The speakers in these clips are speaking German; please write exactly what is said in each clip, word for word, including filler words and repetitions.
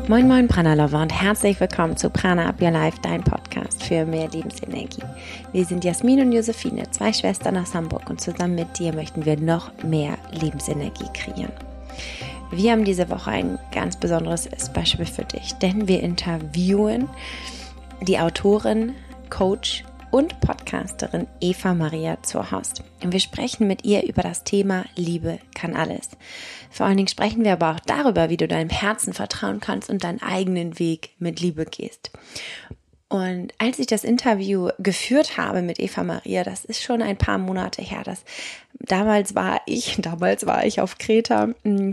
Moin Moin Prana Lover und herzlich willkommen zu Prana Up Your Life, dein Podcast für mehr Lebensenergie. Wir sind Jasmin und Josephine, zwei Schwestern aus Hamburg und zusammen mit dir möchten wir noch mehr Lebensenergie kreieren. Wir haben diese Woche ein ganz besonderes Special für dich, denn wir interviewen die Autorin, Coach und Podcasterin Eva Maria Zurhorst. Und wir sprechen mit ihr über das Thema Liebe kann alles. Vor allen Dingen sprechen wir aber auch darüber, wie du deinem Herzen vertrauen kannst und deinen eigenen Weg mit Liebe gehst. Und als ich das Interview geführt habe mit Eva Maria, das ist schon ein paar Monate her, das, damals war ich, damals war ich auf Kreta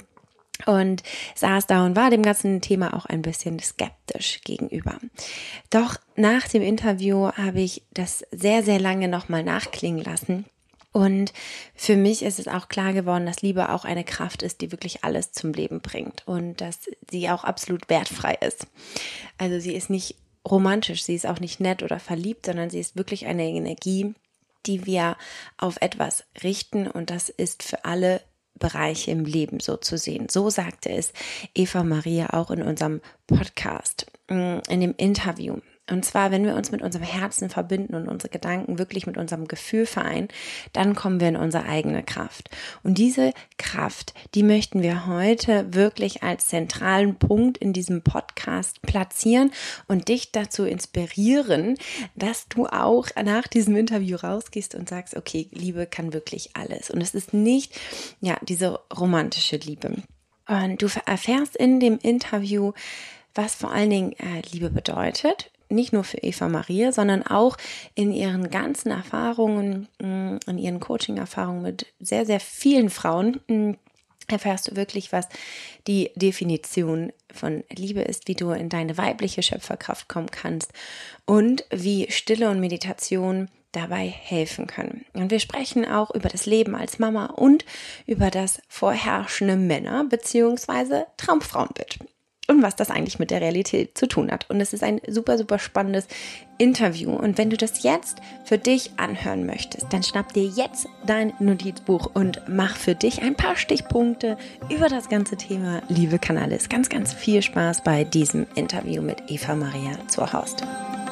und saß da und war dem ganzen Thema auch ein bisschen skeptisch gegenüber. Doch nach dem Interview habe ich das sehr, sehr lange nochmal nachklingen lassen. Und für mich ist es auch klar geworden, dass Liebe auch eine Kraft ist, die wirklich alles zum Leben bringt und dass sie auch absolut wertfrei ist. Also sie ist nicht romantisch, sie ist auch nicht nett oder verliebt, sondern sie ist wirklich eine Energie, die wir auf etwas richten, und das ist für alle Bereiche im Leben so zu sehen. So sagte es Eva Maria auch in unserem Podcast, in dem Interview. Und zwar, wenn wir uns mit unserem Herzen verbinden und unsere Gedanken wirklich mit unserem Gefühl vereinen, dann kommen wir in unsere eigene Kraft. Und diese Kraft, die möchten wir heute wirklich als zentralen Punkt in diesem Podcast platzieren und dich dazu inspirieren, dass du auch nach diesem Interview rausgehst und sagst, okay, Liebe kann wirklich alles. Und es ist nicht, ja, diese romantische Liebe. Und du erfährst in dem Interview, was vor allen Dingen äh, Liebe bedeutet. Nicht nur für Eva Maria, sondern auch in ihren ganzen Erfahrungen, in ihren Coaching-Erfahrungen mit sehr, sehr vielen Frauen erfährst du wirklich, was die Definition von Liebe ist, wie du in deine weibliche Schöpferkraft kommen kannst und wie Stille und Meditation dabei helfen können. Und wir sprechen auch über das Leben als Mama und über das vorherrschende Männer- bzw. Traumfrauenbild. Und was das eigentlich mit der Realität zu tun hat. Und es ist ein super, super spannendes Interview. Und wenn du das jetzt für dich anhören möchtest, dann schnapp dir jetzt dein Notizbuch und mach für dich ein paar Stichpunkte über das ganze Thema Liebe kann alles. Ganz, ganz viel Spaß bei diesem Interview mit Eva Maria Zurhorst.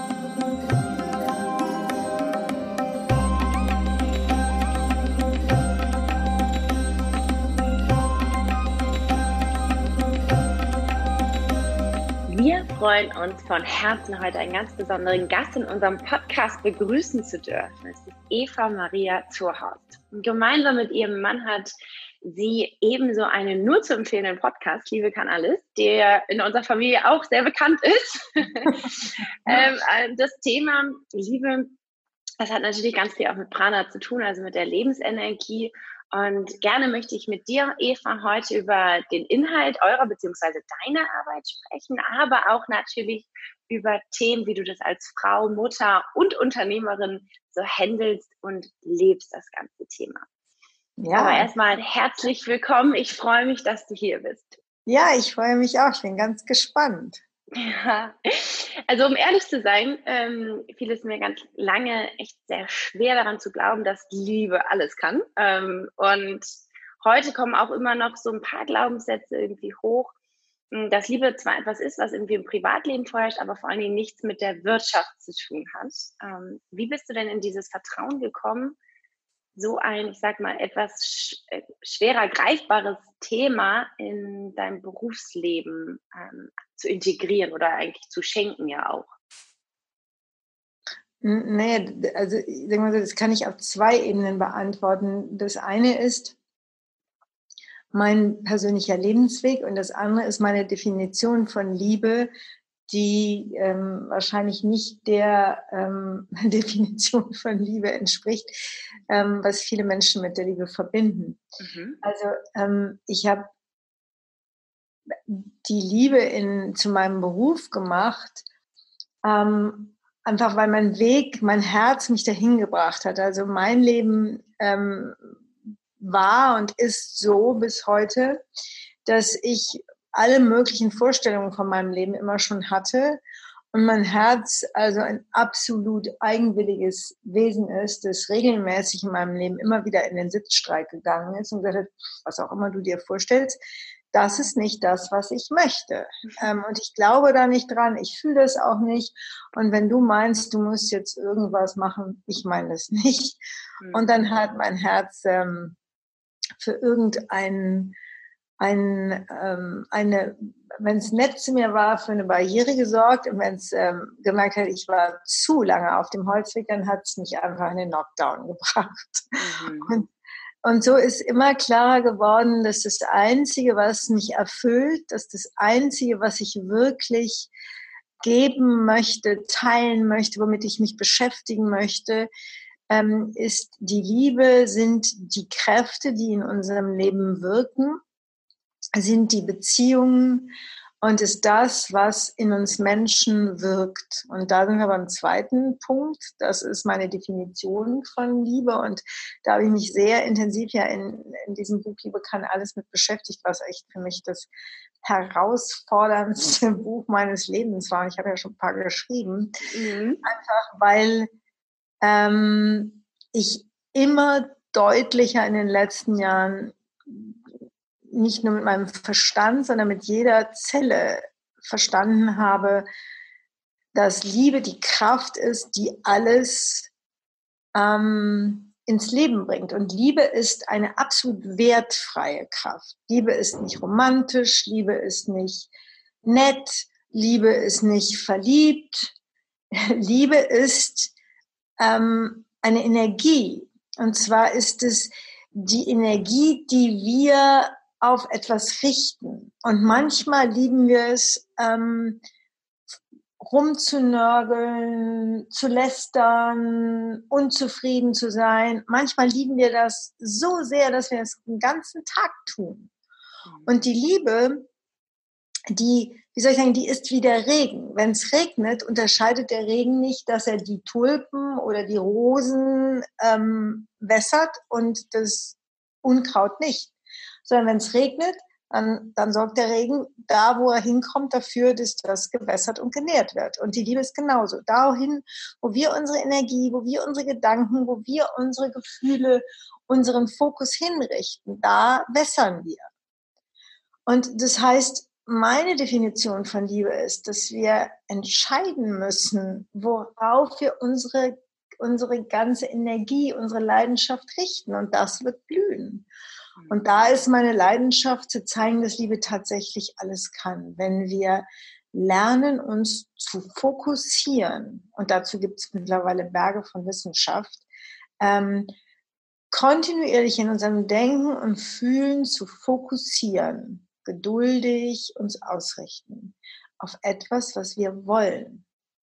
Wir freuen uns von Herzen, heute einen ganz besonderen Gast in unserem Podcast begrüßen zu dürfen. Es ist Eva Maria Zurhorst. Gemeinsam mit ihrem Mann hat sie ebenso einen nur zu empfehlenden Podcast, Liebe kann alles, der in unserer Familie auch sehr bekannt ist. ähm, das Thema Liebe, das hat natürlich ganz viel auch mit Prana zu tun, also mit der Lebensenergie. Und gerne möchte ich mit dir, Eva, heute über den Inhalt eurer bzw. deiner Arbeit sprechen, aber auch natürlich über Themen, wie du das als Frau, Mutter und Unternehmerin so handelst und lebst, das ganze Thema. Ja. Aber erstmal herzlich willkommen. Ich freue mich, dass du hier bist. Ja, ich freue mich auch. Ich bin ganz gespannt. Ja, also um ehrlich zu sein, ähm, fiel es mir ganz lange echt sehr schwer daran zu glauben, dass Liebe alles kann. Ähm, und heute kommen auch immer noch so ein paar Glaubenssätze irgendwie hoch, dass Liebe zwar etwas ist, was irgendwie im Privatleben vorherrscht, aber vor allen Dingen nichts mit der Wirtschaft zu tun hat. Ähm, wie bist du denn in dieses Vertrauen gekommen, so ein, ich sag mal, etwas sch- schwerer greifbares Thema in deinem Berufsleben ähm, zu integrieren oder eigentlich zu schenken ja auch? Nee, also ich sag mal so, das kann ich auf zwei Ebenen beantworten. Das eine ist mein persönlicher Lebensweg und das andere ist meine Definition von Liebe, die ähm, wahrscheinlich nicht der ähm, Definition von Liebe entspricht, ähm, was viele Menschen mit der Liebe verbinden. Mhm. Also ähm, ich habe die Liebe in, zu meinem Beruf gemacht, ähm, einfach weil mein Weg, mein Herz mich dahin gebracht hat. Also mein Leben ähm, war und ist so bis heute, dass ich alle möglichen Vorstellungen von meinem Leben immer schon hatte und mein Herz also ein absolut eigenwilliges Wesen ist, das regelmäßig in meinem Leben immer wieder in den Sitzstreik gegangen ist und gesagt hat, was auch immer du dir vorstellst, das ist nicht das, was ich möchte. Ähm, und ich glaube da nicht dran, ich fühle das auch nicht. Und wenn du meinst, du musst jetzt irgendwas machen, ich meine das nicht. Mhm. Und dann hat mein Herz ähm, für irgendeinen ein, ähm, eine, wenn es nett zu mir war, für eine Barriere gesorgt, und wenn es ähm, gemerkt hat, ich war zu lange auf dem Holzweg, dann hat es mich einfach in den Knockdown gebracht. Mhm. Und, und so ist immer klarer geworden, dass das Einzige, was mich erfüllt, dass das Einzige, was ich wirklich geben möchte, teilen möchte, womit ich mich beschäftigen möchte, ähm, ist die Liebe, sind die Kräfte, die in unserem Leben wirken, sind die Beziehungen und ist das, was in uns Menschen wirkt. Und da sind wir beim zweiten Punkt. Das ist meine Definition von Liebe. Und da habe ich mich sehr intensiv ja in, in diesem Buch Liebe kann alles mit beschäftigt, was echt für mich das herausforderndste Buch meines Lebens war. Ich habe ja schon ein paar geschrieben. Mhm. Einfach weil ähm, ich immer deutlicher in den letzten Jahren nicht nur mit meinem Verstand, sondern mit jeder Zelle verstanden habe, dass Liebe die Kraft ist, die alles ähm, ins Leben bringt. Und Liebe ist eine absolut wertfreie Kraft. Liebe ist nicht romantisch, Liebe ist nicht nett, Liebe ist nicht verliebt. Liebe ist ähm, eine Energie. Und zwar ist es die Energie, die wir auf etwas richten. Und manchmal lieben wir es, ähm, rumzunörgeln, zu lästern, unzufrieden zu sein. Manchmal lieben wir das so sehr, dass wir es den ganzen Tag tun. Und die Liebe, die, wie soll ich sagen, die ist wie der Regen. Wenn es regnet, unterscheidet der Regen nicht, dass er die Tulpen oder die Rosen ähm, wässert und das Unkraut nicht. Sondern wenn es regnet, dann, dann sorgt der Regen da, wo er hinkommt, dafür, dass das gewässert und genährt wird. Und die Liebe ist genauso. Dahin, wo wir unsere Energie, wo wir unsere Gedanken, wo wir unsere Gefühle, unseren Fokus hinrichten, da wässern wir. Und das heißt, meine Definition von Liebe ist, dass wir entscheiden müssen, worauf wir unsere, unsere ganze Energie, unsere Leidenschaft richten. Und das wird blühen. Und da ist meine Leidenschaft, zu zeigen, dass Liebe tatsächlich alles kann. Wenn wir lernen, uns zu fokussieren, und dazu gibt es mittlerweile Berge von Wissenschaft, ähm, kontinuierlich in unserem Denken und Fühlen zu fokussieren, geduldig uns ausrichten auf etwas, was wir wollen,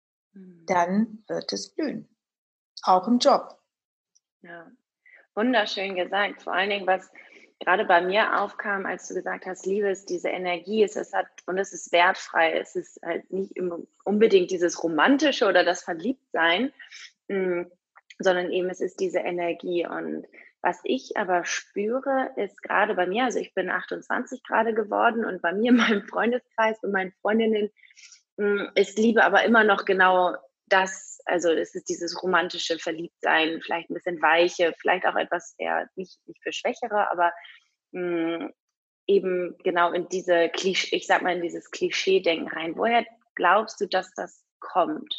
dann wird es blühen. Auch im Job. Ja, wunderschön gesagt. Vor allen Dingen, was gerade bei mir aufkam, als du gesagt hast, Liebe ist diese Energie, es ist, hat, und es ist wertfrei. Es ist halt nicht unbedingt dieses Romantische oder das Verliebtsein, mh, sondern eben es ist diese Energie. Und was ich aber spüre, ist gerade bei mir, also ich bin achtundzwanzig gerade geworden und bei mir in meinem Freundeskreis und meinen Freundinnen mh, ist Liebe aber immer noch genau das, also es ist dieses romantische Verliebtsein, vielleicht ein bisschen weiche, vielleicht auch etwas eher nicht, nicht für Schwächere, aber mh, eben genau in diese Klischee, ich sag mal in dieses Klischee-Denken rein. Woher glaubst du, dass das kommt?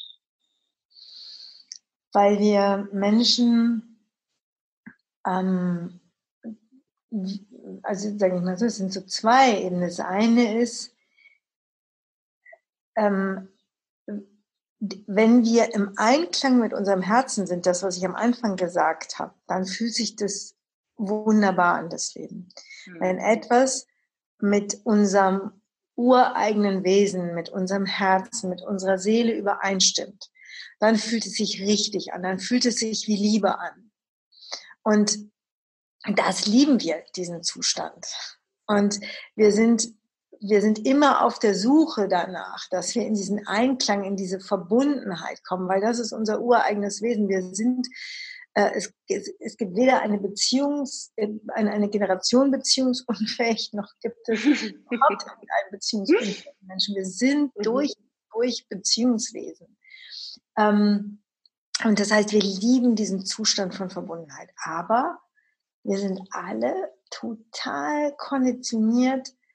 Weil wir Menschen, ähm, also sage ich mal so, es sind so zwei Ebenen. Das eine ist, ähm, wenn wir im Einklang mit unserem Herzen sind, das, was ich am Anfang gesagt habe, dann fühlt sich das wunderbar an, das Leben. Mhm. Wenn etwas mit unserem ureigenen Wesen, mit unserem Herzen, mit unserer Seele übereinstimmt, dann fühlt es sich richtig an, dann fühlt es sich wie Liebe an. Und das lieben wir, diesen Zustand. Und wir sind Wir sind immer auf der Suche danach, dass wir in diesen Einklang, in diese Verbundenheit kommen, weil das ist unser ureigenes Wesen. Wir sind, äh, es, es gibt weder eine Beziehungs, eine, eine Generation beziehungsunfähig, noch gibt es überhaupt einen beziehungsunfähigen Menschen. Wir sind durch, durch Beziehungswesen. Ähm, und das heißt, wir lieben diesen Zustand von Verbundenheit. Aber wir sind alle total konditioniert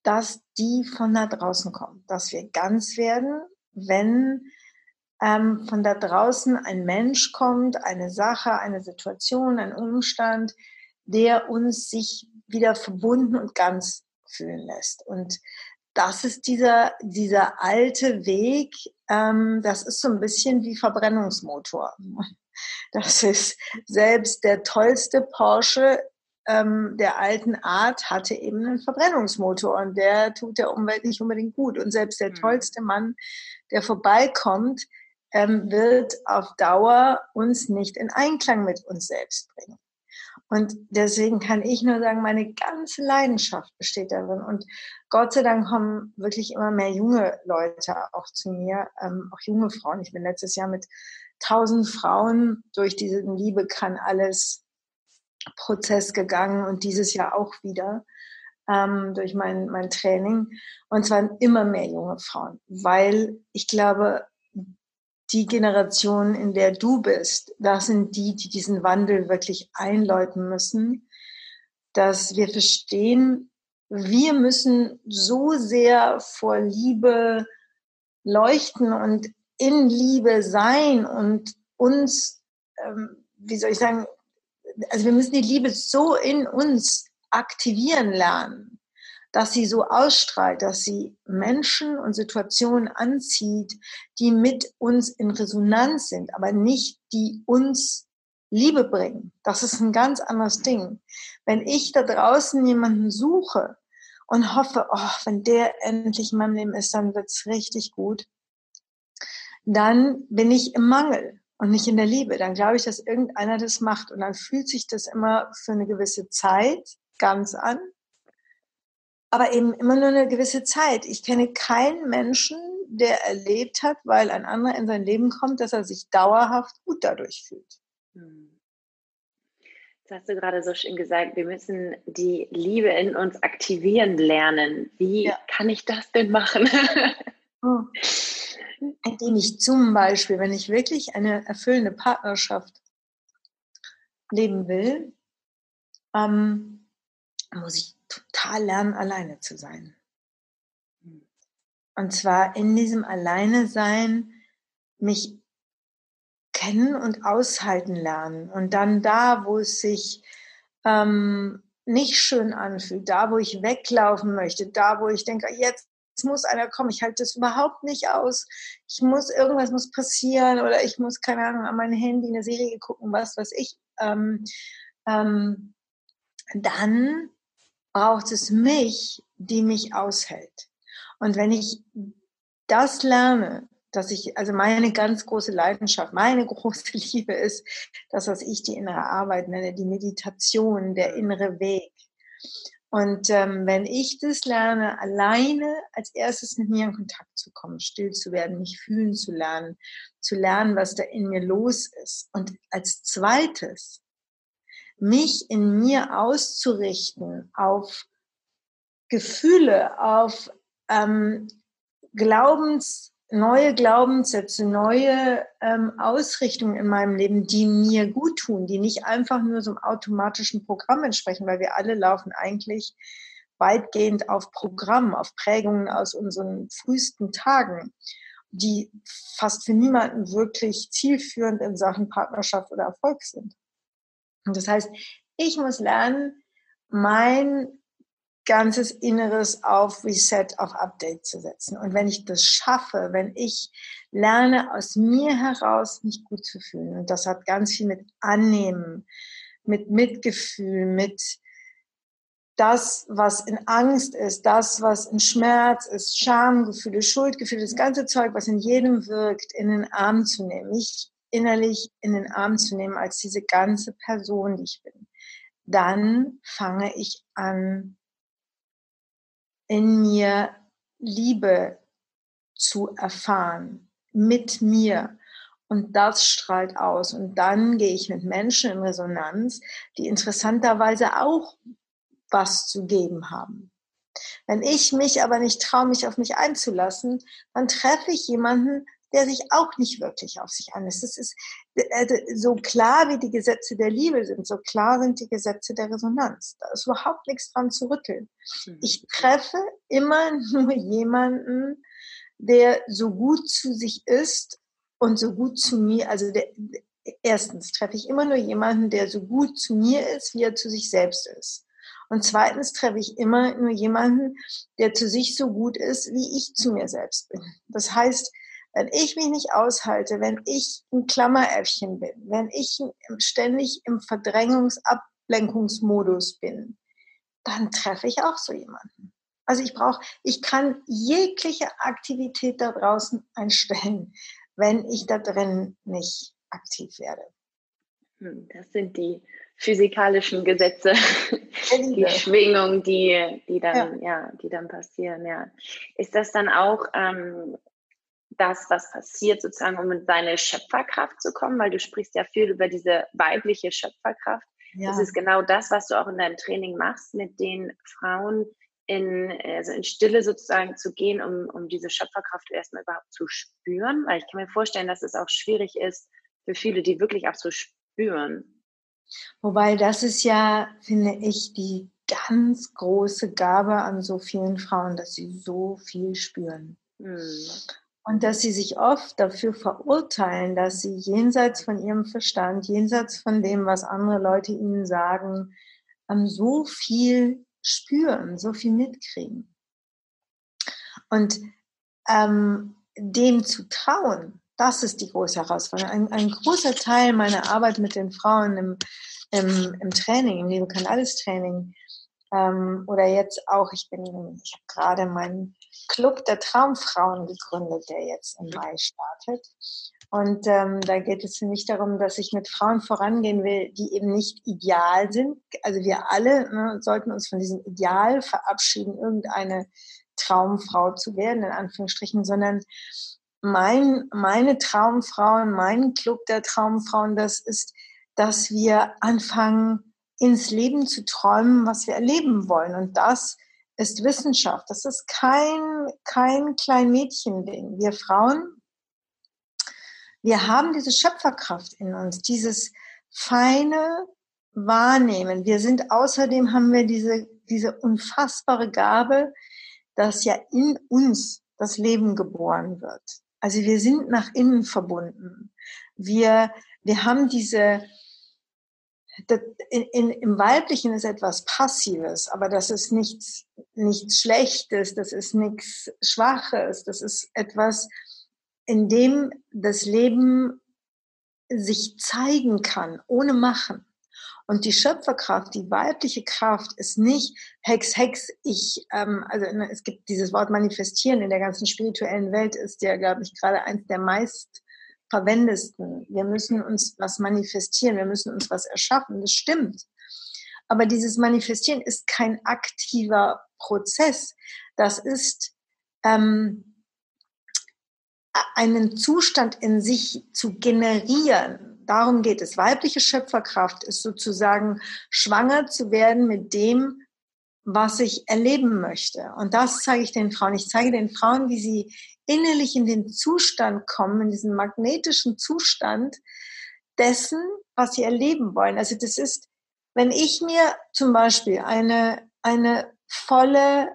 dass die von da draußen kommen, dass wir ganz werden, wenn ähm, von da draußen ein Mensch kommt, eine Sache, eine Situation, ein Umstand, der uns sich wieder verbunden und ganz fühlen lässt. Und das ist dieser, dieser alte Weg, ähm, das ist so ein bisschen wie Verbrennungsmotor. Das ist selbst der tollste Porsche ähm, der alten Art hatte eben einen Verbrennungsmotor und der tut der Umwelt nicht unbedingt gut. Und selbst der tollste Mann, der vorbeikommt, ähm, wird auf Dauer uns nicht in Einklang mit uns selbst bringen. Und deswegen kann ich nur sagen, meine ganze Leidenschaft besteht darin. Und Gott sei Dank kommen wirklich immer mehr junge Leute auch zu mir, ähm, auch junge Frauen. Ich bin letztes Jahr mit tausend Frauen durch diesen Liebe kann alles Prozess gegangen und dieses Jahr auch wieder ähm, durch mein, mein Training. Und es waren immer mehr junge Frauen, weil ich glaube, die Generation, in der du bist, das sind die, die diesen Wandel wirklich einläuten müssen, dass wir verstehen, wir müssen so sehr vor Liebe leuchten und in Liebe sein und uns, ähm, wie soll ich sagen, also wir müssen die Liebe so in uns aktivieren lernen, dass sie so ausstrahlt, dass sie Menschen und Situationen anzieht, die mit uns in Resonanz sind, aber nicht die uns Liebe bringen. Das ist ein ganz anderes Ding. Wenn ich da draußen jemanden suche und hoffe, oh, wenn der endlich in meinem Leben ist, dann wird's richtig gut, dann bin ich im Mangel und nicht in der Liebe. Dann glaube ich, dass irgendeiner das macht und dann fühlt sich das immer für eine gewisse Zeit ganz an, aber eben immer nur eine gewisse Zeit. Ich kenne keinen Menschen, der erlebt hat, weil ein anderer in sein Leben kommt, dass er sich dauerhaft gut dadurch fühlt. Jetzt hast du gerade so schön gesagt, wir müssen die Liebe in uns aktivieren lernen. Wie ja. kann ich das denn machen? Oh. Indem ich zum Beispiel, wenn ich wirklich eine erfüllende Partnerschaft leben will, ähm, muss ich total lernen, alleine zu sein. Und zwar in diesem Alleine-Sein mich kennen und aushalten lernen. Und dann da, wo es sich ähm, nicht schön anfühlt, da, wo ich weglaufen möchte, da, wo ich denke, jetzt es muss einer kommen, ich halte das überhaupt nicht aus, ich muss, irgendwas muss passieren oder ich muss, keine Ahnung, an mein Handy eine Serie gucken, was weiß ich, ähm, ähm, dann braucht es mich, die mich aushält. Und wenn ich das lerne, dass ich, also meine ganz große Leidenschaft, meine große Liebe ist das, was ich die innere Arbeit nenne, die Meditation, der innere Weg. Und ähm, wenn ich das lerne, alleine als erstes mit mir in Kontakt zu kommen, still zu werden, mich fühlen zu lernen, zu lernen, was da in mir los ist. Und als zweites, mich in mir auszurichten auf Gefühle, auf ähm, Glaubens, neue Glaubenssätze, neue ähm, Ausrichtungen in meinem Leben, die mir gut tun, die nicht einfach nur so einem automatischen Programm entsprechen, weil wir alle laufen eigentlich weitgehend auf Programm, auf Prägungen aus unseren frühesten Tagen, die fast für niemanden wirklich zielführend in Sachen Partnerschaft oder Erfolg sind. Und das heißt, ich muss lernen, mein ganzes Inneres auf Reset, auf Update zu setzen. Und wenn ich das schaffe, wenn ich lerne, aus mir heraus mich gut zu fühlen, und das hat ganz viel mit Annehmen, mit Mitgefühl, mit das, was in Angst ist, das, was in Schmerz ist, Schamgefühle, Schuldgefühle, das ganze Zeug, was in jedem wirkt, in den Arm zu nehmen, mich innerlich in den Arm zu nehmen als diese ganze Person, die ich bin. Dann fange ich an, in mir Liebe zu erfahren, mit mir. Und das strahlt aus. Und dann gehe ich mit Menschen in Resonanz, die interessanterweise auch was zu geben haben. Wenn ich mich aber nicht traue, mich auf mich einzulassen, dann treffe ich jemanden, der sich auch nicht wirklich auf sich einlässt. Das ist also so klar, wie die Gesetze der Liebe sind, so klar sind die Gesetze der Resonanz. Da ist überhaupt nichts dran zu rütteln. Mhm. Ich treffe immer nur jemanden, der so gut zu sich ist und so gut zu mir, also der, erstens treffe ich immer nur jemanden, der so gut zu mir ist, wie er zu sich selbst ist. Und zweitens treffe ich immer nur jemanden, der zu sich so gut ist, wie ich zu mir selbst bin. Das heißt, wenn ich mich nicht aushalte, wenn ich ein Klammeräffchen bin, wenn ich ständig im Verdrängungs-Ablenkungsmodus bin, dann treffe ich auch so jemanden. Also ich brauche, ich kann jegliche Aktivität da draußen einstellen, wenn ich da drin nicht aktiv werde. Das sind die physikalischen Gesetze, die Schwingung, die, die dann, ja. ja, die dann passieren, ja. Ist das dann auch ähm, das, was passiert sozusagen, um in seine Schöpferkraft zu kommen? Weil du sprichst ja viel über diese weibliche Schöpferkraft. Ja. Das ist genau das, was du auch in deinem Training machst, mit den Frauen in, also in Stille sozusagen zu gehen, um, um diese Schöpferkraft erstmal überhaupt zu spüren. Weil ich kann mir vorstellen, dass es auch schwierig ist für viele, die wirklich auch so spüren. Wobei das ist ja, finde ich, die ganz große Gabe an so vielen Frauen, dass sie so viel spüren. Hm. Und dass sie sich oft dafür verurteilen, dass sie jenseits von ihrem Verstand, jenseits von dem, was andere Leute ihnen sagen, so viel spüren, so viel mitkriegen. Und ähm, dem zu trauen, das ist die große Herausforderung. Ein, ein großer Teil meiner Arbeit mit den Frauen im, im, im Training, im Liebe kann alles Training, ähm, oder jetzt auch, ich bin, ich habe gerade meinen Club der Traumfrauen gegründet, der jetzt im Mai startet. Und ähm, da geht es für mich darum, dass ich mit Frauen vorangehen will, die eben nicht ideal sind. Also wir alle ne, sollten uns von diesem Ideal verabschieden, irgendeine Traumfrau zu werden, in Anführungsstrichen, sondern mein, meine Traumfrauen, mein Club der Traumfrauen, das ist, dass wir anfangen, ins Leben zu träumen, was wir erleben wollen. Und das ist Wissenschaft. Das ist kein, kein Klein-Mädchen-Ding. Wir Frauen, wir haben diese Schöpferkraft in uns, dieses feine Wahrnehmen. Wir sind, außerdem haben wir diese, diese unfassbare Gabe, dass ja in uns das Leben geboren wird. Also wir sind nach innen verbunden. Wir, wir haben diese, das, in, in, im Weiblichen ist etwas Passives, aber das ist nichts, nichts Schlechtes, das ist nichts Schwaches, das ist etwas, in dem das Leben sich zeigen kann, ohne Machen. Und die Schöpferkraft, die weibliche Kraft ist nicht Hex, Hex, ich, ähm, also es gibt dieses Wort manifestieren in der ganzen spirituellen Welt, ist ja, glaube ich, gerade eins der meist verwendetsten. Wir müssen uns was manifestieren, wir müssen uns was erschaffen, das stimmt. Aber dieses Manifestieren ist kein aktiver Prozess. Das ist ähm, einen Zustand in sich zu generieren. Darum geht es. Weibliche Schöpferkraft ist sozusagen schwanger zu werden mit dem, was ich erleben möchte. Und das zeige ich den Frauen. Ich zeige den Frauen, wie sie innerlich in den Zustand kommen, in diesen magnetischen Zustand dessen, was sie erleben wollen. Also das ist, wenn ich mir zum Beispiel eine, eine volle,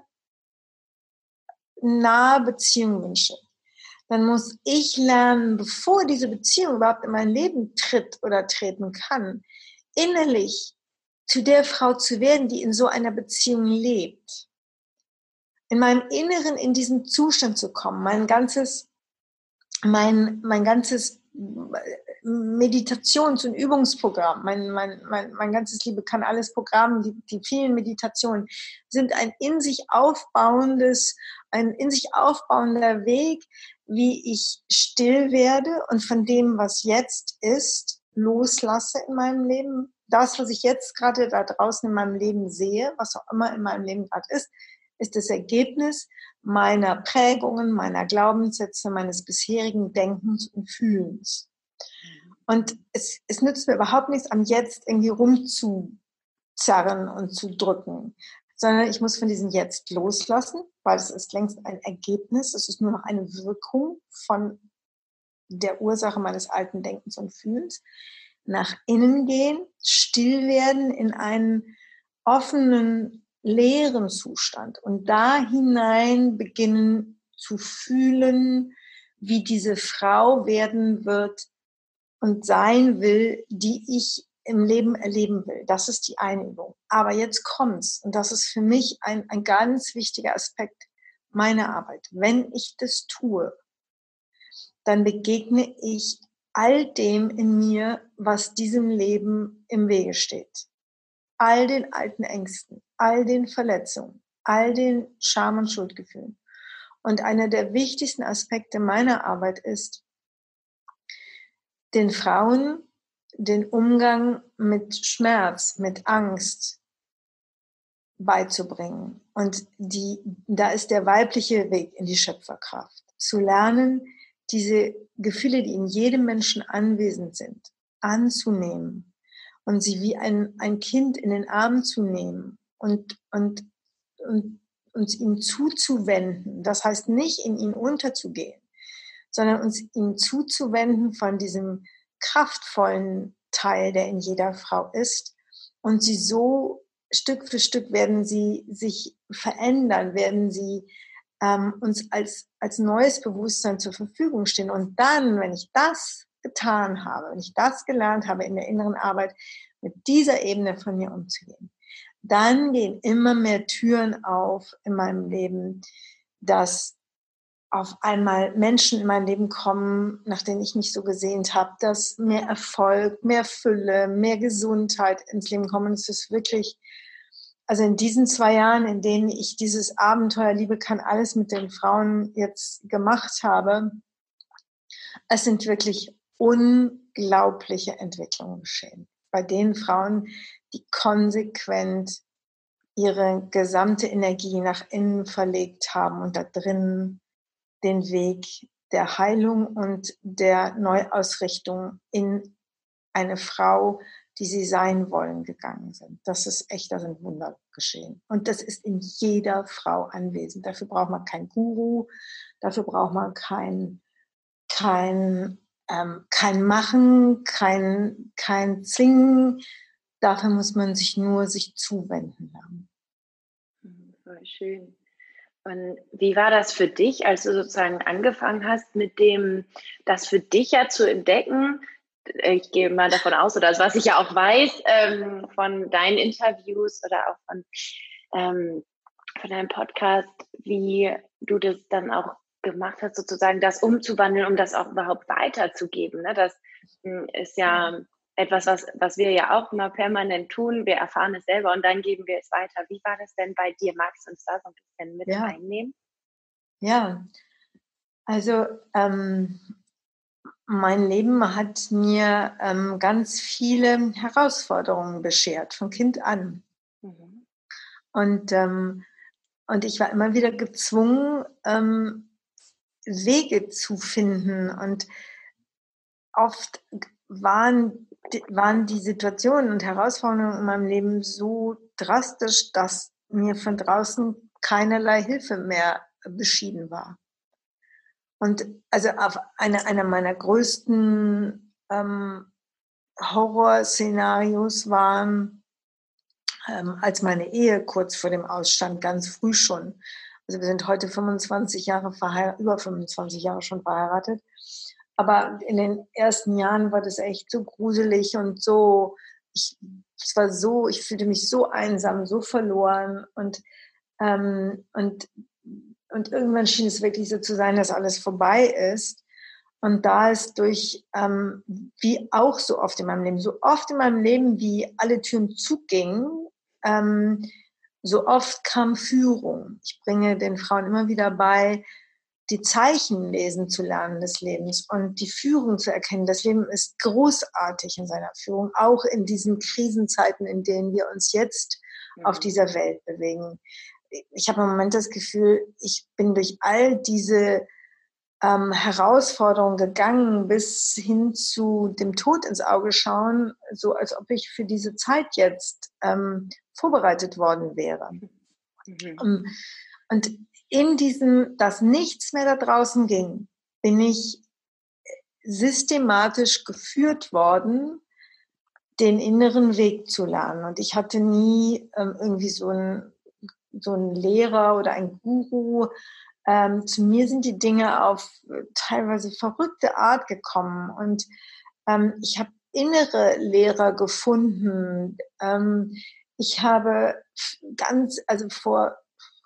nahe Beziehung wünsche, dann muss ich lernen, bevor diese Beziehung überhaupt in mein Leben tritt oder treten kann, innerlich zu der Frau zu werden, die in so einer Beziehung lebt. In meinem Inneren in diesen Zustand zu kommen, mein ganzes, mein, mein ganzes Meditations- und Übungsprogramm, mein, mein, mein, mein ganzes Liebe kann alles Programm, die, die vielen Meditationen sind ein in sich aufbauendes, ein in sich aufbauender Weg, wie ich still werde und von dem, was jetzt ist, loslasse in meinem Leben. Das, was ich jetzt gerade da draußen in meinem Leben sehe, was auch immer in meinem Leben gerade ist, ist das Ergebnis meiner Prägungen, meiner Glaubenssätze, meines bisherigen Denkens und Fühlens. Und es, es nützt mir überhaupt nichts, am Jetzt irgendwie rumzuzerren und zu drücken, sondern ich muss von diesem Jetzt loslassen, weil es ist längst ein Ergebnis, es ist nur noch eine Wirkung von der Ursache meines alten Denkens und Fühlens, nach innen gehen, still werden in einen offenen, leeren Zustand und da hinein beginnen zu fühlen, wie diese Frau werden wird und sein will, die ich im Leben erleben will. Das ist die eine Übung. Aber jetzt kommt's, und das ist für mich ein, ein ganz wichtiger Aspekt meiner Arbeit. Wenn ich das tue, dann begegne ich all dem in mir, was diesem Leben im Wege steht. All den alten Ängsten, all den Verletzungen, all den Scham- und Schuldgefühlen. Und einer der wichtigsten Aspekte meiner Arbeit ist, den Frauen den Umgang mit Schmerz, mit Angst beizubringen. Und die, da ist der weibliche Weg in die Schöpferkraft. Zu lernen, diese Gefühle, die in jedem Menschen anwesend sind, anzunehmen und sie wie ein, ein Kind in den Arm zu nehmen und, und, und uns ihm zuzuwenden. Das heißt nicht, in ihn unterzugehen, sondern uns ihm zuzuwenden von diesem kraftvollen Teil, der in jeder Frau ist. Und sie so Stück für Stück werden sie sich verändern, werden sie ähm, uns als, als neues Bewusstsein zur Verfügung stehen. Und dann, wenn ich das getan habe, wenn ich das gelernt habe in der inneren Arbeit, mit dieser Ebene von mir umzugehen, dann gehen immer mehr Türen auf in meinem Leben, dass auf einmal Menschen in mein Leben kommen, nach denen ich mich so gesehnt habe, dass mehr Erfolg, mehr Fülle, mehr Gesundheit ins Leben kommen. Es ist wirklich, also in diesen zwei Jahren, in denen ich dieses Abenteuer Liebe kann alles mit den Frauen jetzt gemacht habe, es sind wirklich unglaubliche Entwicklungen geschehen. Bei den Frauen, die konsequent ihre gesamte Energie nach innen verlegt haben und da drin den Weg der Heilung und der Neuausrichtung in eine Frau, die sie sein wollen, gegangen sind. Das ist echt, da sind Wunder geschehen. Und das ist in jeder Frau anwesend. Dafür braucht man keinen Guru, dafür braucht man kein, kein, ähm, kein Machen, kein, kein Zwingen. Dafür muss man sich nur sich zuwenden lernen. Voll schön. Und wie war das für dich, als du sozusagen angefangen hast, mit dem, das für dich ja zu entdecken? Ich gehe mal davon aus, oder das, was ich ja auch weiß, ähm, von deinen Interviews oder auch von, ähm, von deinem Podcast, wie du das dann auch gemacht hast, sozusagen das umzuwandeln, um das auch überhaupt weiterzugeben. Ne? Das mh, ist ja etwas, was, was wir ja auch immer permanent tun. Wir erfahren es selber und dann geben wir es weiter. Wie war das denn bei dir? Magst du uns da so ein bisschen mit Ja. reinnehmen? Ja, also ähm, mein Leben hat mir ähm, ganz viele Herausforderungen beschert, von Kind an. Mhm. Und, ähm, und ich war immer wieder gezwungen, ähm, Wege zu finden. Und oft waren, waren die Situationen und Herausforderungen in meinem Leben so drastisch, dass mir von draußen keinerlei Hilfe mehr beschieden war. Und also auf eine, einer meiner größten ähm, Horrorszenarios waren, ähm, als meine Ehe kurz vor dem Ausstand, ganz früh schon. Also wir sind heute fünfundzwanzig Jahre verheiratet, über fünfundzwanzig Jahre schon verheiratet. Aber in den ersten Jahren war das echt so gruselig und so, ich, es war so, ich fühlte mich so einsam, so verloren und, ähm, und, und irgendwann schien es wirklich so zu sein, dass alles vorbei ist. Und da ist durch, ähm, wie auch so oft in meinem Leben, so oft in meinem Leben, wie alle Türen zugingen, ähm, so oft kam Führung. Ich bringe den Frauen immer wieder bei, die Zeichen lesen zu lernen des Lebens und die Führung zu erkennen. Das Leben ist großartig in seiner Führung, auch in diesen Krisenzeiten, in denen wir uns jetzt mhm. auf dieser Welt bewegen. Ich habe im Moment das Gefühl, ich bin durch all diese ähm, Herausforderungen gegangen, bis hin zu dem Tod ins Auge schauen, so als ob ich für diese Zeit jetzt ähm, vorbereitet worden wäre. Mhm. Um, und in diesem, dass nichts mehr da draußen ging, bin ich systematisch geführt worden, den inneren Weg zu lernen. Und ich hatte nie ähm, irgendwie so einen so einen Lehrer oder einen Guru. Ähm, zu mir sind die Dinge auf äh, teilweise verrückte Art gekommen. Und ähm, ich habe innere Lehrer gefunden. Ähm, ich habe ganz, also vor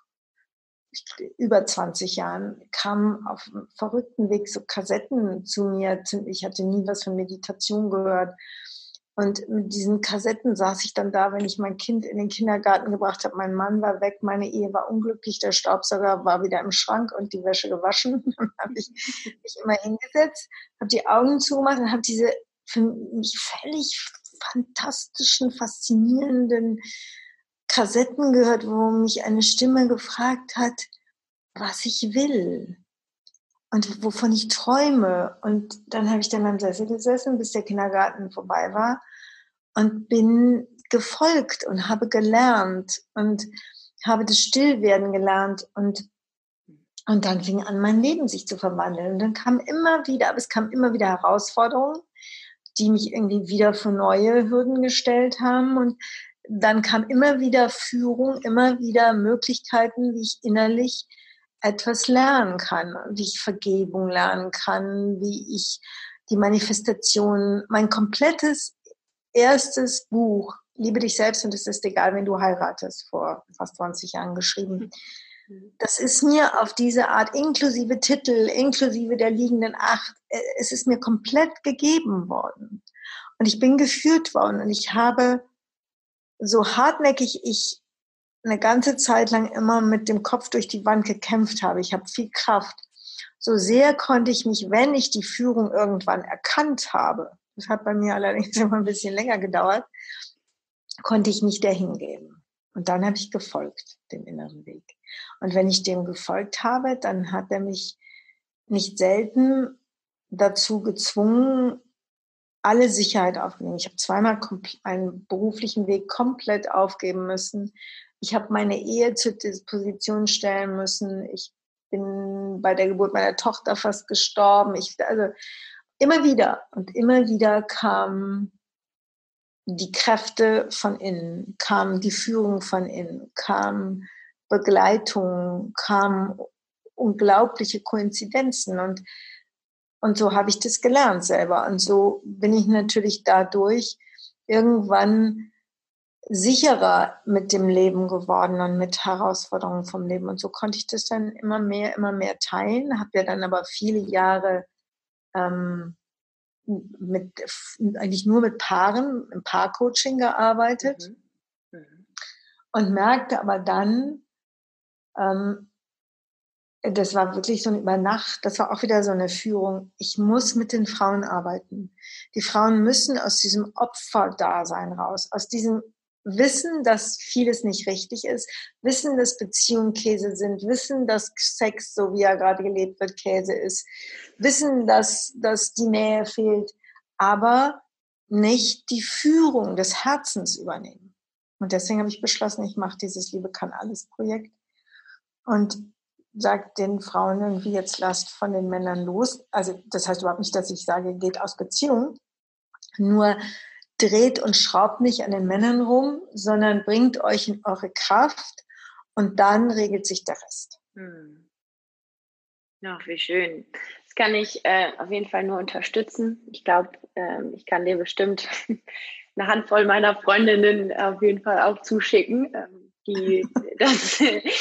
über zwanzig Jahren kamen auf einem verrückten Weg so Kassetten zu mir. Ich hatte nie was von Meditation gehört. Und mit diesen Kassetten saß ich dann da, wenn ich mein Kind in den Kindergarten gebracht habe. Mein Mann war weg, meine Ehe war unglücklich, der Staubsauger war wieder im Schrank und die Wäsche gewaschen. Dann habe ich mich immer hingesetzt, habe die Augen zugemacht und habe diese für mich völlig fantastischen, faszinierenden Kassetten gehört, wo mich eine Stimme gefragt hat, was ich will und wovon ich träume. Und dann habe ich dann am Sessel gesessen, bis der Kindergarten vorbei war und bin gefolgt und habe gelernt und habe das Stillwerden gelernt und und dann fing an, mein Leben sich zu verwandeln. Und dann kam immer wieder, aber es kamen immer wieder Herausforderungen, die mich irgendwie wieder vor neue Hürden gestellt haben. Und dann kam immer wieder Führung, immer wieder Möglichkeiten, wie ich innerlich etwas lernen kann, wie ich Vergebung lernen kann, wie ich die Manifestation, mein komplettes erstes Buch, Liebe dich selbst und es ist egal, wenn du heiratest, vor fast zwanzig Jahren geschrieben. Das ist mir auf diese Art, inklusive Titel, inklusive der liegenden Acht, es ist mir komplett gegeben worden. Und ich bin geführt worden und ich habe, so hartnäckig ich eine ganze Zeit lang immer mit dem Kopf durch die Wand gekämpft habe, ich habe viel Kraft, so sehr konnte ich mich, wenn ich die Führung irgendwann erkannt habe, das hat bei mir allerdings immer ein bisschen länger gedauert, konnte ich mich der hingeben. Und dann habe ich gefolgt, dem inneren Weg. Und wenn ich dem gefolgt habe, dann hat er mich nicht selten dazu gezwungen, alle Sicherheit aufzunehmen. Ich habe zweimal einen beruflichen Weg komplett aufgeben müssen. Ich habe meine Ehe zur Disposition stellen müssen. Ich bin bei der Geburt meiner Tochter fast gestorben. Ich, also immer wieder und immer wieder kam die Kräfte von innen, kam die Führung von innen, kam Begleitung, kamen unglaubliche Koinzidenzen und, und so habe ich das gelernt selber. Und so bin ich natürlich dadurch irgendwann sicherer mit dem Leben geworden und mit Herausforderungen vom Leben. Und so konnte ich das dann immer mehr, immer mehr teilen, habe ja dann aber viele Jahre ähm, mit, eigentlich nur mit Paaren, im Paarcoaching gearbeitet mhm. Mhm. und merkte aber dann, ähm, das war wirklich so eine über Nacht, das war auch wieder so eine Führung. Ich muss mit den Frauen arbeiten. Die Frauen müssen aus diesem Opferdasein raus, aus diesem Wissen, dass vieles nicht richtig ist, wissen, dass Beziehungen Käse sind, wissen, dass Sex, so wie er gerade gelebt wird, Käse ist, wissen, dass, dass die Nähe fehlt, aber nicht die Führung des Herzens übernehmen. Und deswegen habe ich beschlossen, ich mache dieses Liebe kann alles Projekt und sage den Frauen irgendwie, jetzt lasst von den Männern los. Also das heißt überhaupt nicht, dass ich sage, geht aus Beziehung, nur dreht und schraubt nicht an den Männern rum, sondern bringt euch in eure Kraft und dann regelt sich der Rest. Hm. Ja, wie schön. Das kann ich äh, auf jeden Fall nur unterstützen. Ich glaube, ähm, ich kann dir bestimmt eine Handvoll meiner Freundinnen auf jeden Fall auch zuschicken, ähm, die das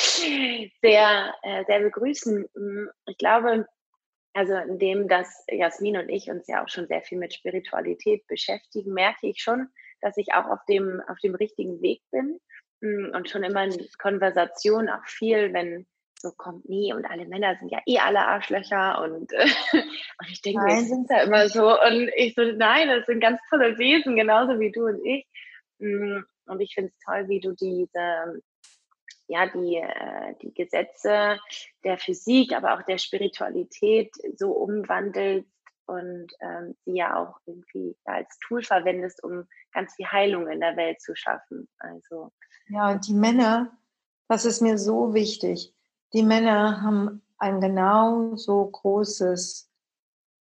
sehr, äh, sehr begrüßen. Ich glaube, also indem dass Jasmin und ich uns ja auch schon sehr viel mit Spiritualität beschäftigen, merke ich schon, dass ich auch auf dem, auf dem richtigen Weg bin und schon immer in Konversation auch viel, wenn so kommt, nee, und alle Männer sind ja eh alle Arschlöcher und, äh, und ich denke, wir sind da immer so und ich so, nein, das sind ganz tolle Wesen, genauso wie du und ich und ich finde es toll, wie du diese ja, die, äh, die Gesetze der Physik, aber auch der Spiritualität so umwandelst und ähm, sie ja auch irgendwie als Tool verwendest, um ganz viel Heilung in der Welt zu schaffen. Also ja, und die Männer, das ist mir so wichtig, die Männer haben ein genauso großes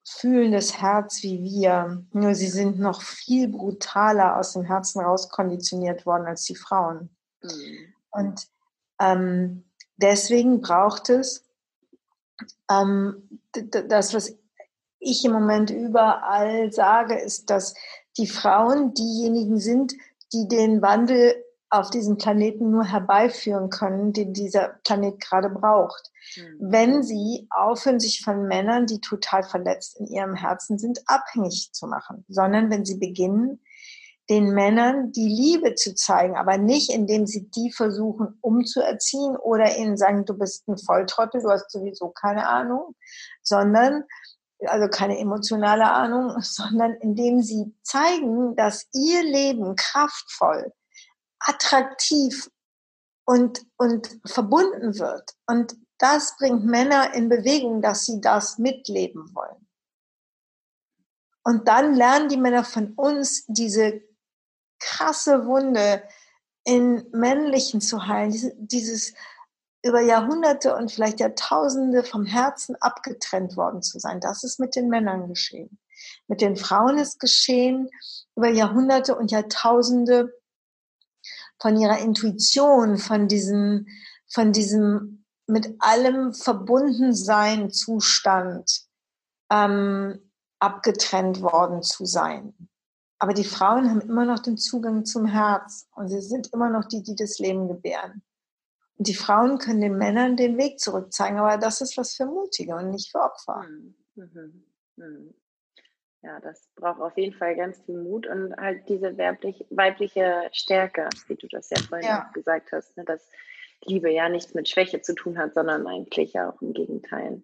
fühlendes Herz wie wir, nur sie sind noch viel brutaler aus dem Herzen raus konditioniert worden als die Frauen. Mhm. Und ähm, deswegen braucht es ähm, d- das, was ich im Moment überall sage, ist, dass die Frauen diejenigen sind, die den Wandel auf diesem Planeten nur herbeiführen können, den dieser Planet gerade braucht. Mhm. Wenn sie aufhören, sich von Männern, die total verletzt in ihrem Herzen sind, abhängig zu machen, sondern wenn sie beginnen, den Männern die Liebe zu zeigen, aber nicht, indem sie die versuchen umzuerziehen oder ihnen sagen, du bist ein Volltrottel, du hast sowieso keine Ahnung, sondern also keine emotionale Ahnung, sondern indem sie zeigen, dass ihr Leben kraftvoll, attraktiv und, und verbunden wird. Und das bringt Männer in Bewegung, dass sie das mitleben wollen. Und dann lernen die Männer von uns diese krasse Wunde in Männlichen zu heilen, diese, dieses über Jahrhunderte und vielleicht Jahrtausende vom Herzen abgetrennt worden zu sein. Das ist mit den Männern geschehen. Mit den Frauen ist geschehen über Jahrhunderte und Jahrtausende von ihrer Intuition, von diesem, von diesem mit allem Verbundensein Zustand ähm, abgetrennt worden zu sein. Aber die Frauen haben immer noch den Zugang zum Herz und sie sind immer noch die, die das Leben gebären. Und die Frauen können den Männern den Weg zurück zeigen, aber das ist was für Mutige und nicht für Opfer. Mhm. Mhm. Mhm. Ja, das braucht auf jeden Fall ganz viel Mut und halt diese weiblich, weibliche Stärke, wie du das ja vorhin ja. auch gesagt hast, ne, dass Liebe ja nichts mit Schwäche zu tun hat, sondern eigentlich auch im Gegenteil.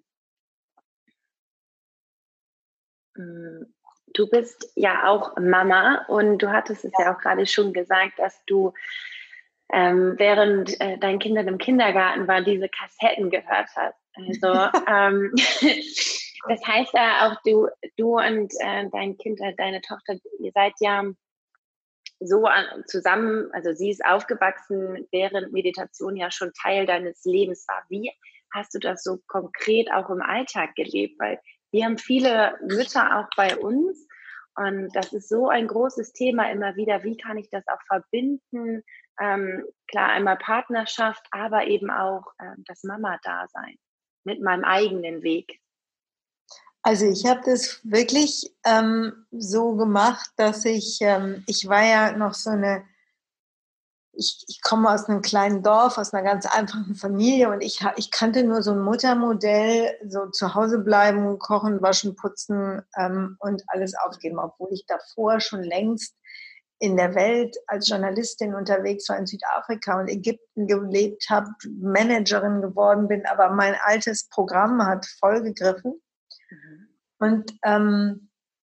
Du bist ja auch Mama und du hattest es ja auch gerade schon gesagt, dass du ähm, während äh, dein Kindern im Kindergarten waren, diese Kassetten gehört hast. Also ähm, das heißt ja auch, du, du und äh, dein Kind, deine Tochter, ihr seid ja so an, zusammen, also sie ist aufgewachsen, während Meditation ja schon Teil deines Lebens war. Wie hast du das so konkret auch im Alltag gelebt? Weil wir haben viele Mütter auch bei uns und das ist so ein großes Thema immer wieder. Wie kann ich das auch verbinden? Ähm, klar, einmal Partnerschaft, aber eben auch ähm, das Mama-Dasein mit meinem eigenen Weg. Also ich habe das wirklich ähm, so gemacht, dass ich, ähm, ich war ja noch so eine, ich, ich komme aus einem kleinen Dorf, aus einer ganz einfachen Familie und ich, ich kannte nur so ein Muttermodell, so zu Hause bleiben, kochen, waschen, putzen ähm, und alles aufgeben, obwohl ich davor schon längst in der Welt als Journalistin unterwegs war, in Südafrika und Ägypten gelebt habe, Managerin geworden bin, aber mein altes Programm hat voll gegriffen. Mhm. Und, ähm,